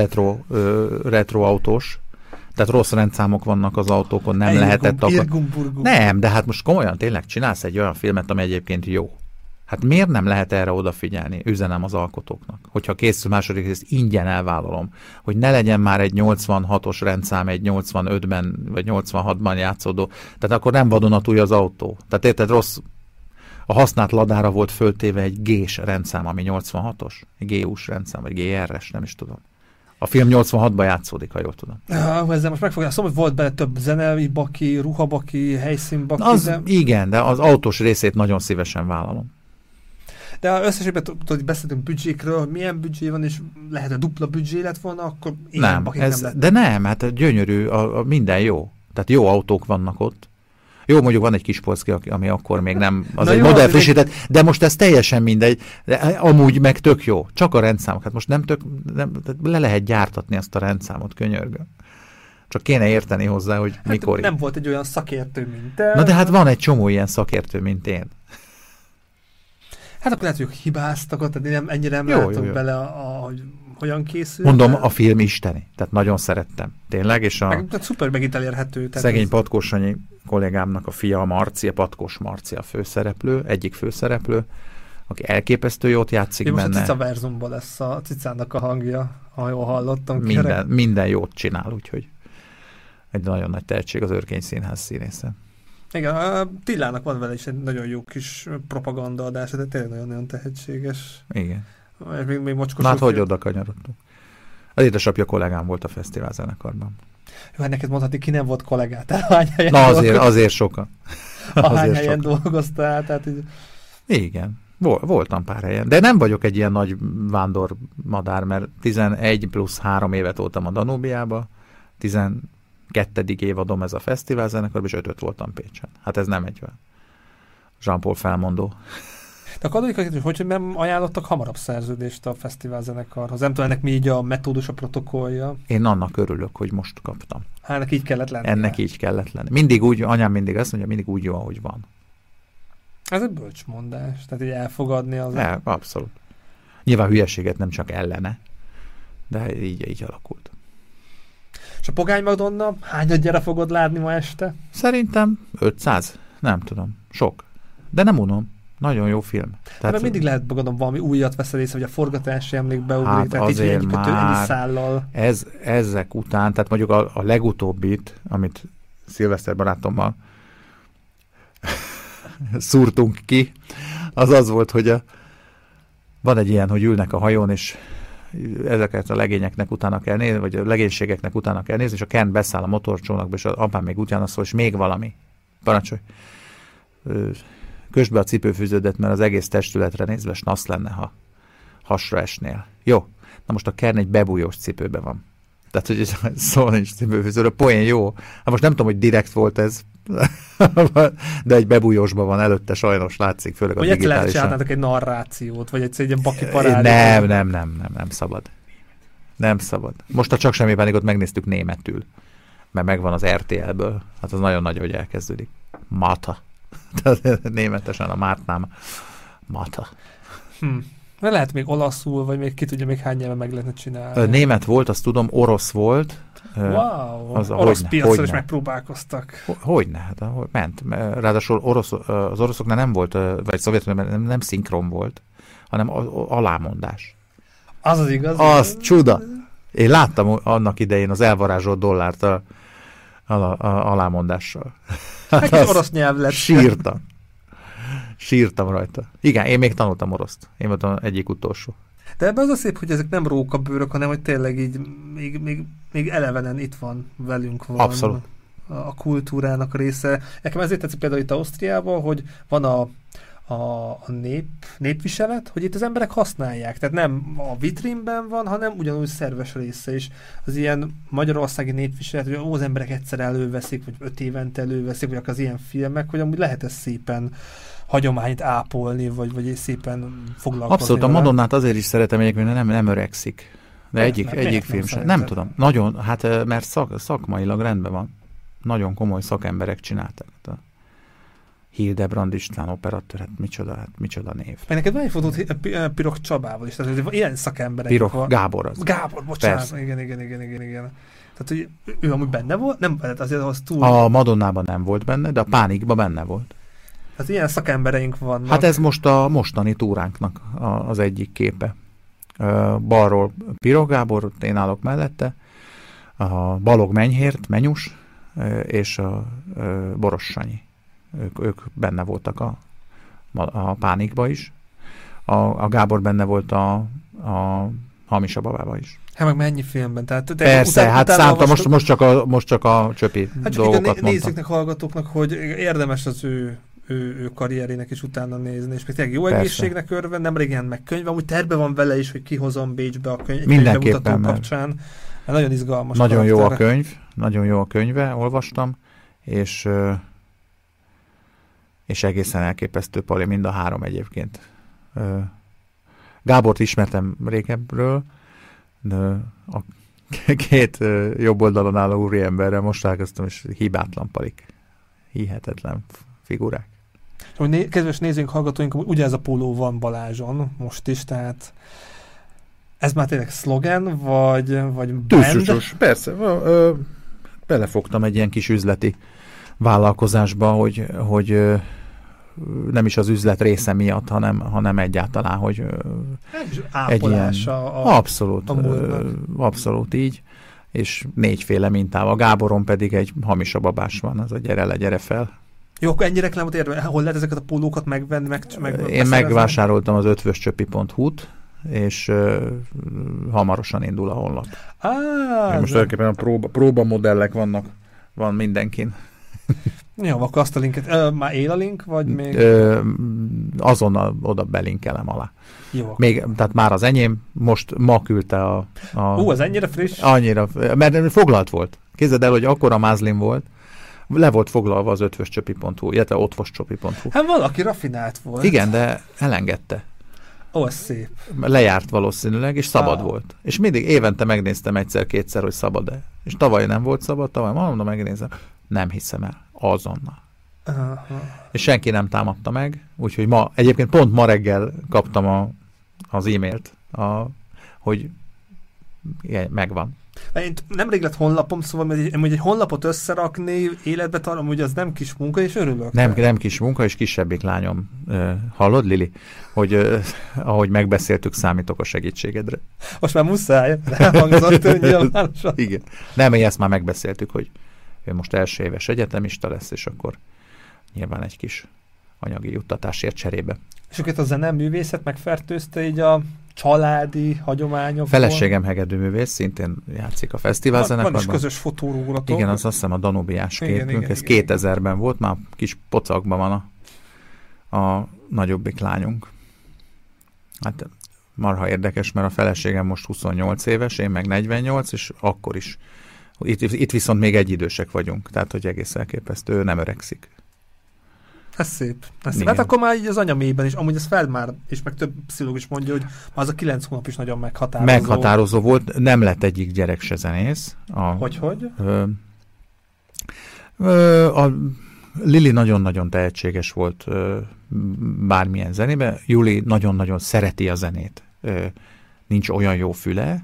retro autós, tehát rossz rendszámok vannak az autókon, nem lehetett... Nem, de hát most komolyan tényleg csinálsz egy olyan filmet, ami egyébként jó. Hát miért nem lehet erre odafigyelni? Üzenem az alkotóknak. Hogyha készül második részt, ingyen elvállalom, hogy ne legyen már egy 86-os rendszám, egy 85-ben vagy 86-ban játszódó. Tehát akkor nem vadonatúj az autó. Tehát érted, rossz. A használt Ladára volt föltéve egy G-s rendszám, ami 86-os. GU-s rendszám, vagy GR-es, nem is tudom. A film 86-ban játszódik, ha jól tudom. Ja, ezzel most megfogja. Szóval volt benne több zenei baki, ruhabaki, helyszínbaki. Igen, de az autós részét nagyon szívesen vállalom. De összességben tudod, beszéltünk büdzsékről, hogy milyen büdzsé van, és lehet, hogy dupla büdzsé lett volna, akkor nem lett. De nem, hát gyönyörű, minden jó. Tehát jó autók vannak ott. Jó, mondjuk van egy kis polszki, ami akkor még nem, az egy modell frissített, de most ez teljesen mindegy, de amúgy meg tök jó. Csak a rendszámok. Hát most nem le lehet gyártatni azt a rendszámot, könyörgöm. Csak kéne érteni hozzá, hogy mikor. Nem volt egy olyan szakértő, mint te. Na de hát van egy csomó ilyen szakértő, mint én. Hát akkor lehet, hogy hibáztak ott, tehát ennyire nem látok bele, hogy hogyan készül. Mondom, a film isteni. Tehát nagyon szerettem. Tényleg, és tehát szuper megint elérhető. Szegény Patkós Sanyi kollégámnak a fia, a Marcia, Patkós Marcia főszereplő, egyik főszereplő, aki elképesztő jót játszik benne. Most a Cica verzumban lesz a Cicának a hangja, ha jól hallottam. Minden jót csinál, úgyhogy egy nagyon nagy tehetség az Örkény Színház színésze. Igen, a Tillának van vele is egy nagyon jó kis propagandaadás, de tényleg nagyon-nagyon tehetséges. Igen. Még mocskos. Hát hogy oda kanyarodtunk? Az édesapja kollégám volt a fesztivál zenekarban. Jó, hát neked mondhatni, ki nem volt kollégát. Na azért sokan. Ahány helyen dolgoztál, tehát így... Igen, voltam pár helyen. De nem vagyok egy ilyen nagy vándormadár, mert 11 plusz 3 évet voltam a Danúbiába, 12. évadom ez a fesztivál zenekarban, és 5 voltam Pécsen. Hát ez nem egy olyan Jean-Paul felmondó. De a katolikai, hogy nem ajánlottak hamarabb szerződést a fesztivál zenekarhoz? Nem tudom, ennek mi így a metódus, a protokollja? Én annak örülök, hogy most kaptam. Ennek így kellett lenni. Ennek így kellett lenni. Mindig úgy, anyám mindig azt mondja, mindig úgy jó, ahogy van. Ez egy bölcsmondás, tehát így elfogadni az... Abszolút. Nyilván hülyeséget nem csak ellene, de így alakult. És a Pogány Madonna, hányadjára fogod látni ma este? Szerintem 500, nem tudom, sok. De nem unom. Nagyon jó film. Tehát, mert mindig lehet, gondolom, valami újat veszel észre, hogy a forgatási emlékbe ugrik, hát tehát így ennyi szállal. Ezek után, tehát mondjuk a legutóbbit, amit Szilveszter barátommal szúrtunk ki, az volt, hogy van egy ilyen, hogy ülnek a hajón, és ezeket a legényeknek utána kell nézni, vagy a legénységeknek utána kell nézni, és a Ken beszáll a motorcsónakba, és az apám még utána szól, és még valami. Parancsolj. Kösd be a cipőfűződet, mert az egész testületre nézve snasz lenne, ha hasra esnél. Jó. Na most a Kern egy bebújós cipőbe van. Tehát, hogy szó nincs cipőfűzőről. Poén jó. Hát most nem tudom, hogy direkt volt ez, de egy bebújósban van előtte, sajnos látszik, főleg a digitálisan. Vagy egyszer lehet egy narrációt, vagy egyszer egy baki parádét. Nem szabad. Nem szabad. Most a Csak semmiben ott megnéztük németül, mert megvan az RTL-ből. Hát az nagyon nagy, hogy elkezdődik. Mata. Tehát németesen a Mártnám. Mata. Mert lehet még olaszul, vagy még ki tudja, még hány nyelven meg lehetne csinálni. Német volt, azt tudom, orosz volt. Wow, orosz piacon is megpróbálkoztak. Hogyne, hát ment. Ráadásul az oroszoknál nem volt, vagy Szovjetunióban nem szinkron volt, hanem alámondás. Az igaz. Az csuda. Én láttam annak idején az elvarázsolt dollárt alámondással. Hát az orosz nyelv lett. Sírtam rajta. Igen, én még tanultam oroszt. Én voltam egyik utolsó. De ebben az a szép, hogy ezek nem rókabőrök, hanem hogy tényleg így még elevenen itt van, velünk van. Abszolút. A kultúrának része. Nekem ezért tetszik például itt Ausztriában, hogy van a népviselet, hogy itt az emberek használják. Tehát nem a vitrínben van, hanem ugyanúgy szerves része is. Az ilyen magyarországi népviselet, hogy az emberek egyszer előveszik, vagy 5 évente előveszik, vagy akár az ilyen filmek, hogy amúgy lehet ezt szépen hagyományt ápolni, vagy szépen foglalkozni. Abszolút, a Madonnát azért is szeretem egyébként, mert nem öregszik. De egyik film sem. Nem tudom. Nagyon, hát mert szakmailag rendben van. Nagyon komoly szakemberek csináltak. Hildebrand István operatőr, hát micsoda név. Meg neked van egy fotót Pirog Csabával is, tehát ilyen szakemberek. Pirog Gábor az. Gábor, bocsánat. Igen. Tehát, hogy ő amúgy benne volt? Nem, azért az túl... A Madonnában nem volt benne, de a Pánikban benne volt. Hát ilyen szakembereink vannak. Hát ez most a mostani túránknak az egyik képe. Balról Pirog Gábor, én állok mellette, a Balog Menyhért, Menyus, és a Boros Sanyi. Ők benne voltak a Pánikba is. A Gábor benne volt a Hamis a babába is. Hát meg mennyi filmben? Tehát, persze, hát számta, most csak a csöpi dolgokat mondtam. Nézzüknek, hallgatóknak, hogy érdemes az ő karrierének is utána nézni, és még tényleg jó egészségnek örven, nem régen meg könyv, amúgy terve van vele is, hogy kihozom Bécsbe a könyvbemutató kapcsán. Nagyon izgalmas. Nagyon jó a könyve, olvastam, és egészen elképesztő, Pali, mind a három egyébként. Gábort ismertem régebbről, a két jobb oldalon álló úriemberrel most találkoztam, és hibátlan, Palik. Hihetetlen figurák. Kedves nézőink, hallgatóink, ugye ez a póló van Balázson most is, tehát ez már tényleg szlogen, vagy brand? Persze. Belefogtam egy ilyen kis üzleti vállalkozásba, hogy nem is az üzlet része miatt, hanem egyáltalán, hogy egy ilyen... Abszolút így, és 4 mintával. Gáboron pedig egy hamis a babás van, az a gyere fel. Jó, akkor ennyi reklámot érve, hol lehet ezeket a pólókat megvenni? Én megvásároltam az ötvöscsöpi.hu-t, és hamarosan indul a honlap. Most tulajdonképpen a próbamodellek van mindenkin. Jó, akkor azt a linket, már él a link, vagy még? Azonnal oda belinkelem alá. Jó. Tehát már az enyém, ma küldte az ennyire friss? Annyira, mert foglalt volt. Képzeld el, hogy akkora mázlim volt, Le volt foglalva az ötvöscsopi.hu, illetve otvoscsopi.hu. Hát valaki rafinált volt. Igen, de elengedte. Ó, ez szép. Lejárt valószínűleg, és szabad volt. És mindig évente megnéztem egyszer-kétszer, hogy szabad-e. És tavaly nem volt szabad, tavaly mondom, megnézem. Nem hiszem el. Azonnal. Aha. És senki nem támadta meg, úgyhogy egyébként pont ma reggel kaptam az e-mailt, hogy igen, megvan. Én nemrég lett honlapom, szóval egy honlapot összerakni, életbe találom, hogy az nem kis munka, és örülök. Nem kis munka, és kisebbik lányom. Hallod, Lili? Hogy ahogy megbeszéltük, számítok a segítségedre. Most már muszáj, elhangzott nyilvánosan. Igen. Nem, ezt már megbeszéltük, hogy ő most első éves egyetemista lesz, és akkor nyilván egy kis anyagi juttatásért cserébe. És akkor itt a zeneművészet megfertőzte így a családi hagyományokból. Feleségem hegedűművész, szintén játszik a fesztiválzenekarban. Van is közös fotórólatok. Igen, azt hiszem a Danubiás képünk. Igen, ez 2000-ben volt, már kis pocakban van a nagyobbik lányunk. Hát marha érdekes, mert a feleségem most 28 éves, én meg 48, és akkor is. Itt viszont még egyidősek vagyunk, tehát hogy egész elképesztő, ő nem öregszik. Ez szép. Hát akkor már így az anyamében is, amúgy ez fel már, és meg több pszichológus mondja, hogy az a 9 hónap is nagyon meghatározó. Meghatározó volt, nem lett egyik gyerek se zenész. Hogy? A Lili nagyon-nagyon tehetséges volt bármilyen zenében. Juli nagyon-nagyon szereti a zenét. Nincs olyan jó füle.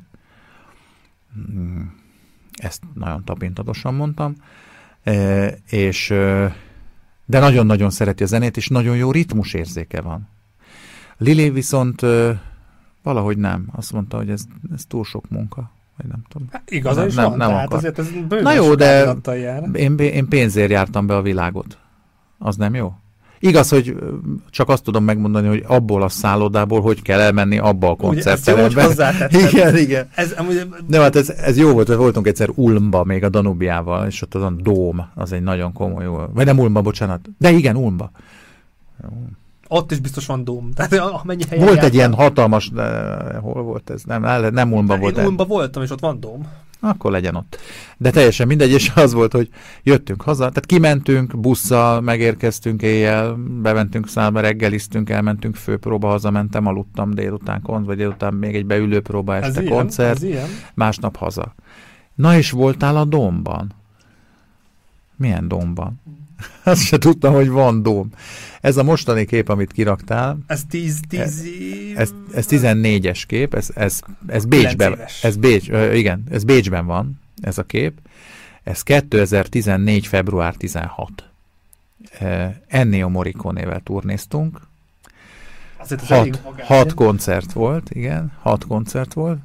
Ezt nagyon tapintatosan mondtam. De nagyon-nagyon szereti a zenét, és nagyon jó ritmusérzéke van. Lili viszont valahogy nem. Azt mondta, hogy ez túl sok munka. Vagy nem tudom. Hát igaza is van, tehát akar. azért ez na jó, de én pénzért jártam be a világot. Az nem jó? Igaz, hogy csak azt tudom megmondani, hogy abból a szállodából hogy kell elmenni abba a koncertterembe. Igen. Nem, hát ez jó volt, voltunk egyszer Ulmba, még a Danubiával, és ott az a Dóm, az egy nagyon komoly, vagy nem Ulmba, bocsánat, de igen, Ulmba. Ott is biztos van Dóm. Tehát, volt egy ilyen hatalmas, hol volt ez? Nem Ulmba volt. Én Ulmba voltam, és ott van Dóm. Akkor legyen ott. De teljesen mindegy, és az volt, hogy jöttünk haza, tehát kimentünk, busszal megérkeztünk éjjel, bementünk szállba, reggeliztünk, elmentünk főpróba, hazamentem, aludtam délután, vagy délután még egy beülő próba, este koncert, másnap haza. Na és voltál a Dómban? Milyen Dómban? Azt se tudtam, hogy van Dóm. Ez a mostani kép, amit kiraktál. Ez 10 ez 14-es kép, ez Bécsben. Ez Bécsben van, ez a kép. Ez 2014. február 16. Ennio Morriconével turnéztunk. 6 koncert volt, igen, 6 koncert volt.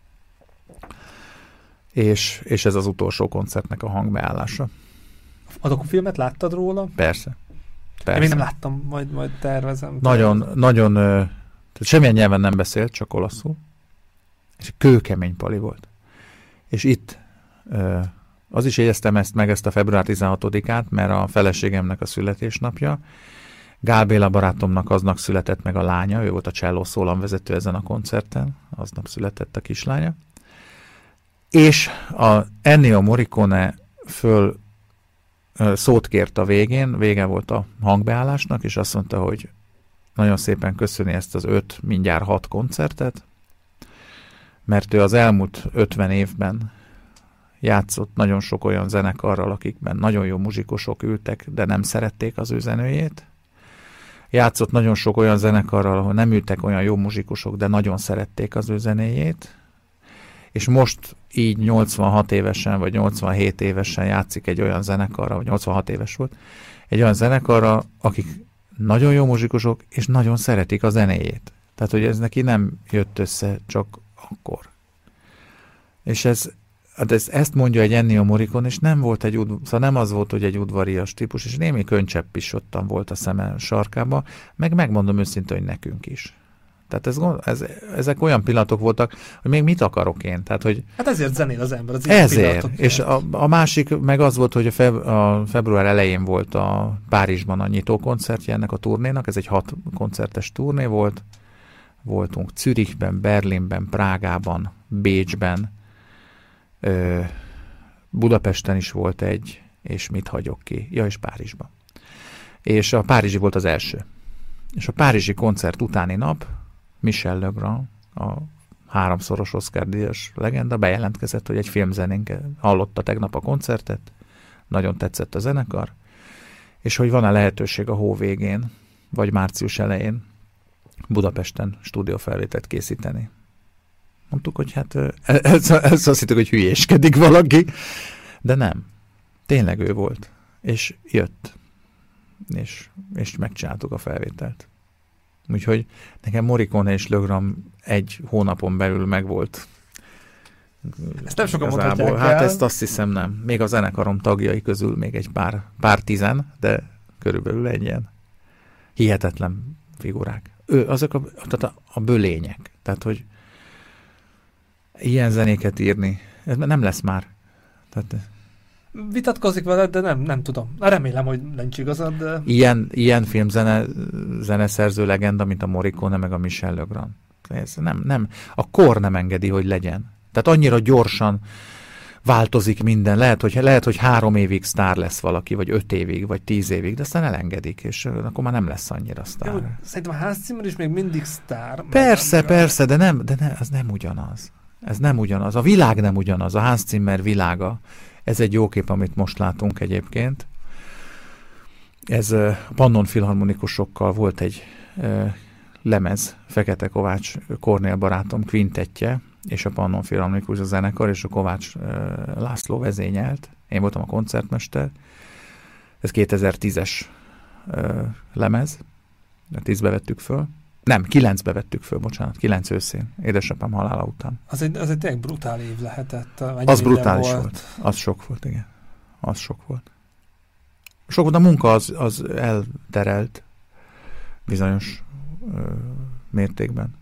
És ez az utolsó koncertnek a hangbeállása. A dokufilmet láttad róla? Persze. Én még nem láttam, majd tervezem. Nagyon, semmilyen nyelven nem beszélt, csak olaszul. És kőkemény pali volt. És itt az is jegyeztem ezt a február 16-át, mert a feleségemnek a születésnapja. Gál Béla barátomnak aznap született meg a lánya, ő volt a cselló szólamvezető ezen a koncerten, aznap született a kislánya. És a Ennio Morricone szót kért a végén, vége volt a hangbeállásnak, és azt mondta, hogy nagyon szépen köszöni ezt az 5, mindjárt 6 koncertet, mert ő az elmúlt 50 évben játszott nagyon sok olyan zenekarral, akikben nagyon jó muzsikusok ültek, de nem szerették az ő zenőjét. Játszott nagyon sok olyan zenekarral, ahol nem ültek olyan jó muzsikusok, de nagyon szerették az ő zenéjét. És most így 86 évesen, vagy 87 évesen játszik egy olyan zenekarra, vagy 86 éves volt, egy olyan zenekarra, akik nagyon jó muzsikusok, és nagyon szeretik a zenéjét. Tehát, hogy ez neki nem jött össze csak akkor. És ezt mondja egy Ennio Morricone, és nem volt szóval nem az volt, hogy egy udvarias típus, és némi könycsepp is ottan volt a szeme sarkában, megmondom őszintén, hogy nekünk is. Tehát ezek olyan pillanatok voltak, hogy még mit akarok én? Tehát, hogy hát ezért zenél az ember. Ezért. És a másik meg az volt, hogy a február elején volt a Párizsban a nyitókoncertje ennek a turnénak, ez egy 6 koncertes turné volt. Voltunk Zürichben, Berlinben, Prágában, Bécsben, Budapesten is volt egy, és mit hagyok ki. Ja, és Párizsban. És a párizsi volt az első. És a párizsi koncert utáni nap Michel Legrand, a 3-szoros Oscar-díjas legenda bejelentkezett, hogy egy filmzenénk hallotta tegnap a koncertet, nagyon tetszett a zenekar, és hogy van-e lehetőség a hó végén, vagy március elején Budapesten stúdiófelvételt készíteni. Mondtuk, hogy hát ezt azt hittük, hogy hülyéskedik valaki, de nem. Tényleg ő volt. És jött. És megcsináltuk a felvételt. Úgyhogy nekem Morricone és Legrand egy hónapon belül megvolt. Ezt nem sokan mondhatják el. Hát ezt azt hiszem nem. Még a zenekarom tagjai közül még egy pár tizen, de körülbelül ennyien. Hihetetlen figurák. Azok a bölények. Tehát, hogy ilyen zenéket írni, ez nem lesz már. Tehát, vitatkozik veled, de nem tudom. Remélem, hogy nincs igazad, de... Ilyen zeneszerző legenda, mint a Morricone, meg a Michel Legrand. Ez nem. A kor nem engedi, hogy legyen. Tehát annyira gyorsan változik minden. Lehet, hogy 3 évig sztár lesz valaki, vagy 5 évig, vagy 10 évig, de aztán elengedik, és akkor már nem lesz annyira sztár. Jó, szerintem a Hans Zimmer is még mindig sztár. Persze, de ez nem ugyanaz. Ez nem ugyanaz. A világ nem ugyanaz. A Hans Zimmer világa. Ez egy jó kép, amit most látunk egyébként. Ez a Pannon filharmonikusokkal volt egy lemez, Fekete Kovács Kornél barátom kvintettje, és a Pannon filharmonikus a zenekar, és a Kovács László vezényelt. Én voltam a koncertmester. Ez 2010-es lemez. 10-be vettük föl. Nem, 9-be vettük föl, bocsánat, 9 őszén, édesapám halála után. Az egy tényleg brutál év lehetett. Az brutális volt. Az sok volt, igen. Az sok volt. Sok volt, a munka az elterelt bizonyos mértékben.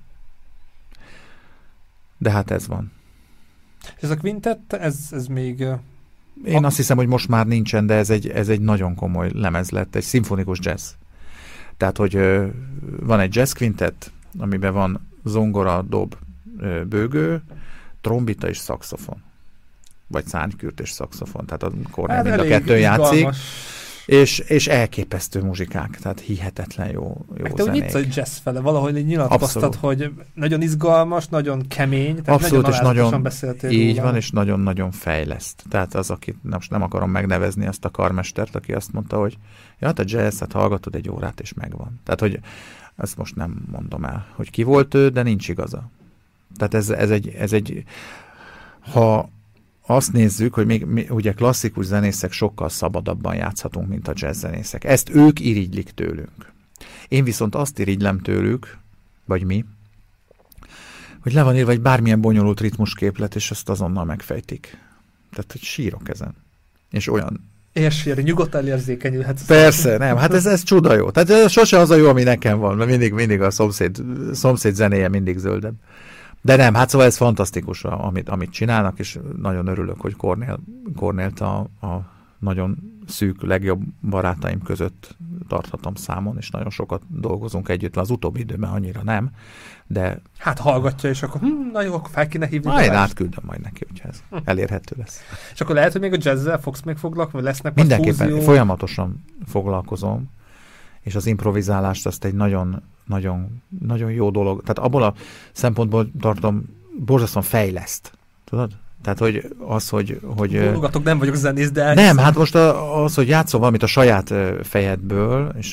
De hát ez van. És ez a quintett, ez még... Én azt hiszem, hogy most már nincsen, de ez egy nagyon komoly lemez lett, egy szimfonikus jazz. Tehát, hogy van egy jazz quintett, amiben van zongora, dob, bőgő, trombita és szaxofon. Vagy szárnykürt és szaxofon. Tehát a Kornél mind a kettő játszik. És elképesztő muzsikák. Tehát hihetetlen jó zenék. Te úgy nyitsz a jazz fele. Valahogy így nyilatkoztad, hogy nagyon izgalmas, nagyon kemény. Tehát abszolút, és nagyon beszéltél így róla. van, és nagyon-nagyon fejleszt. Tehát az, akit most nem akarom megnevezni, azt a karmestert, aki azt mondta, hogy ja, hát a jazz, hát hallgatod egy órát, és megvan. Tehát, hogy ezt most nem mondom el, hogy ki volt ő, de nincs igaza. Tehát ez egy ha azt nézzük, hogy még ugye klasszikus zenészek sokkal szabadabban játszhatunk, mint a jazz zenészek. Ezt ők irigylik tőlünk. Én viszont azt irigylem tőlük, vagy mi, hogy le van írva egy bármilyen bonyolult ritmusképlet, és ezt azonnal megfejtik. Tehát, hogy sírok ezen. És olyan... Érsír, nyugodtan érzékenyülhetsz. Persze, nem, hát ez csuda jó. Tehát sose az a jó, ami nekem van, mert mindig a szomszéd zenéje mindig zöldebb. De nem, hát szóval ez fantasztikus, amit csinálnak, és nagyon örülök, hogy Kornélt a nagyon szűk, legjobb barátaim között tarthatom számon, és nagyon sokat dolgozunk együtt, az utóbbi időben annyira nem, de... Hát hallgatja, és akkor na jó, akkor fel kéne hívni. Én átküldöm majd neki, hogyha ez elérhető lesz. És akkor lehet, hogy még a jazzzel fogsz még foglalkozni, vagy lesznek mindenképpen fúzió? Folyamatosan foglalkozom, és az improvizálást azt egy nagyon jó dolog. Tehát abból a szempontból tartom, borzasztóan fejleszt. Tudod? Tehát, hogy az, hogy... Bólogatok, nem vagyok zenész, de... Nem, hát most az, hogy játszol valamit a saját fejedből, és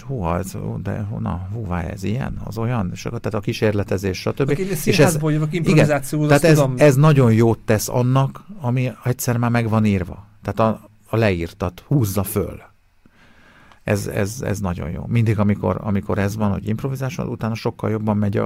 ez ilyen, az olyan, és akkor, tehát a kísérletezés, stb. Én színházból jövök, improvizációval, tehát ez nagyon jót tesz annak, ami egyszer már meg van írva. Tehát a leírtat húzza föl. Ez nagyon jó. Mindig, amikor ez van, hogy improvizás van, utána sokkal jobban megy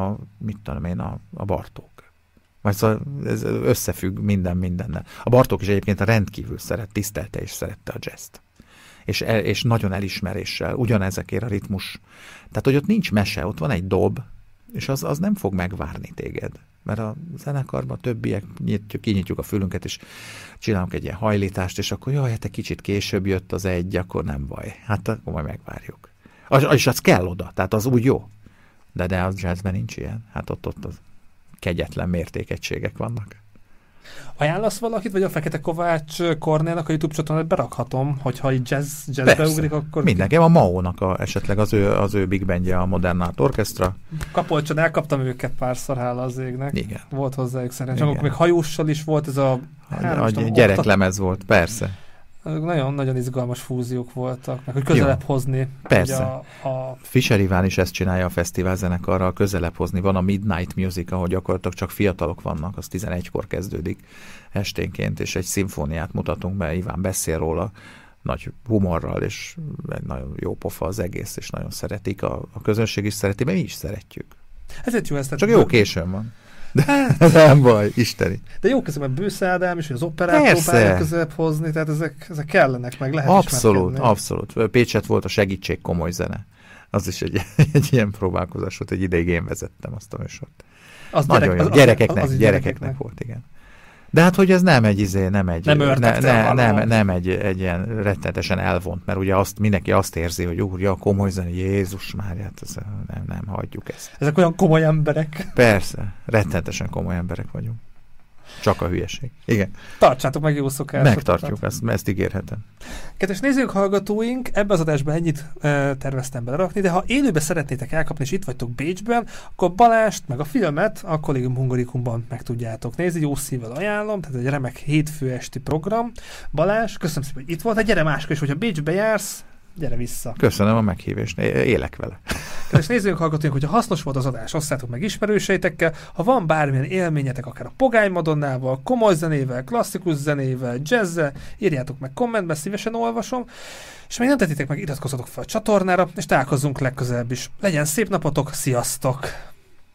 a Bartók. Vagy szóval ez összefügg mindennel. A Bartók is egyébként rendkívül tisztelte és szerette a jazzt. És nagyon elismeréssel, ugyanezekért a ritmus. Tehát, hogy ott nincs mese, ott van egy dob, és az nem fog megvárni téged. Mert a zenekarban többiek kinyitjuk a fülünket, és csinálunk egy ilyen hajlítást, és akkor jaj, hát egy kicsit később jött az egy, akkor nem baj. Hát akkor majd megvárjuk. És az kell oda, tehát az úgy jó. De a jazzben nincs ilyen. Hát ott az kegyetlen mértékegységek vannak. Ajánlasz valakit, vagy a Fekete Kovács Kornélnak a YouTube csatornát berakhatom, hogyha így jazzbe ugrik, akkor... Mindenki, a Mao-nak esetleg az ő big bandje, a Modern Art Orchestra. Kapolcson, elkaptam őket párszor, hála az égnek. Igen. Volt hozzájuk szerencsém. Akkor még hajóssal is volt ez a... A gyereklemez volt, persze. Nagyon-nagyon izgalmas fúziók voltak, meg hogy közelebb hozni. Persze. A Fischer Iván is ezt csinálja a fesztivál zenekarral, közelebb hozni. Van a Midnight Music, ahogy gyakorlatilag csak fiatalok vannak, az 11-kor kezdődik esténként, és egy szimfóniát mutatunk be, Iván beszél róla, nagy humorral, és egy nagyon jó pofa az egész, és nagyon szeretik. A közönség is szereti, mert mi is szeretjük. Ezért jó ezt. Csak jó későn van. De nem baj, isteni. De jó közben Bősze Ádám is, hogy az operát próbálják közelebb hozni, tehát ezek kellenek, meg lehet Abszolút. Pécset volt a Segítség komoly zene. Az is egy ilyen próbálkozás volt, egy ideig én vezettem azt a műsort. Nagyon jó. Gyerekeknek volt, igen. De hát, hogy ez nem egy ilyen rettenetesen elvont, mert ugye mindenki azt érzi, hogy úrja, komoly zene, Jézus Máriát, nem hagyjuk ezt. Ezek olyan komoly emberek. Persze, rettenetesen komoly emberek vagyunk. Csak a hülyeség. Igen. Tartsátok meg jó szokásokat. Megtartjuk, ezt ígérhetem. Kedves nézők, hallgatóink, ebbe az adásban ennyit terveztem belerakni, de ha élőbe szeretnétek elkapni, és itt vagytok Bécsben, akkor Balást, meg a filmet a Collegium Hungarikumban meg tudjátok nézni, jó szívvel ajánlom, tehát egy remek hétfő esti program. Balázs, köszönöm szépen, hogy itt volt, gyere máskor is, hogyha Bécsbe jársz, gyere vissza. Köszönöm a meghívást, élek vele. Kedves nézőink, hallgatóink, hogyha hasznos volt az adás, osszátok meg ismerőseitekkel, ha van bármilyen élményetek, akár a Pogány Madonnával, komoly zenével, klasszikus zenével, jazzzel, írjátok meg kommentben, szívesen olvasom, és ha még nem tettétek meg, iratkozzatok fel a csatornára, és találkozzunk legközelebb is. Legyen szép napotok, sziasztok!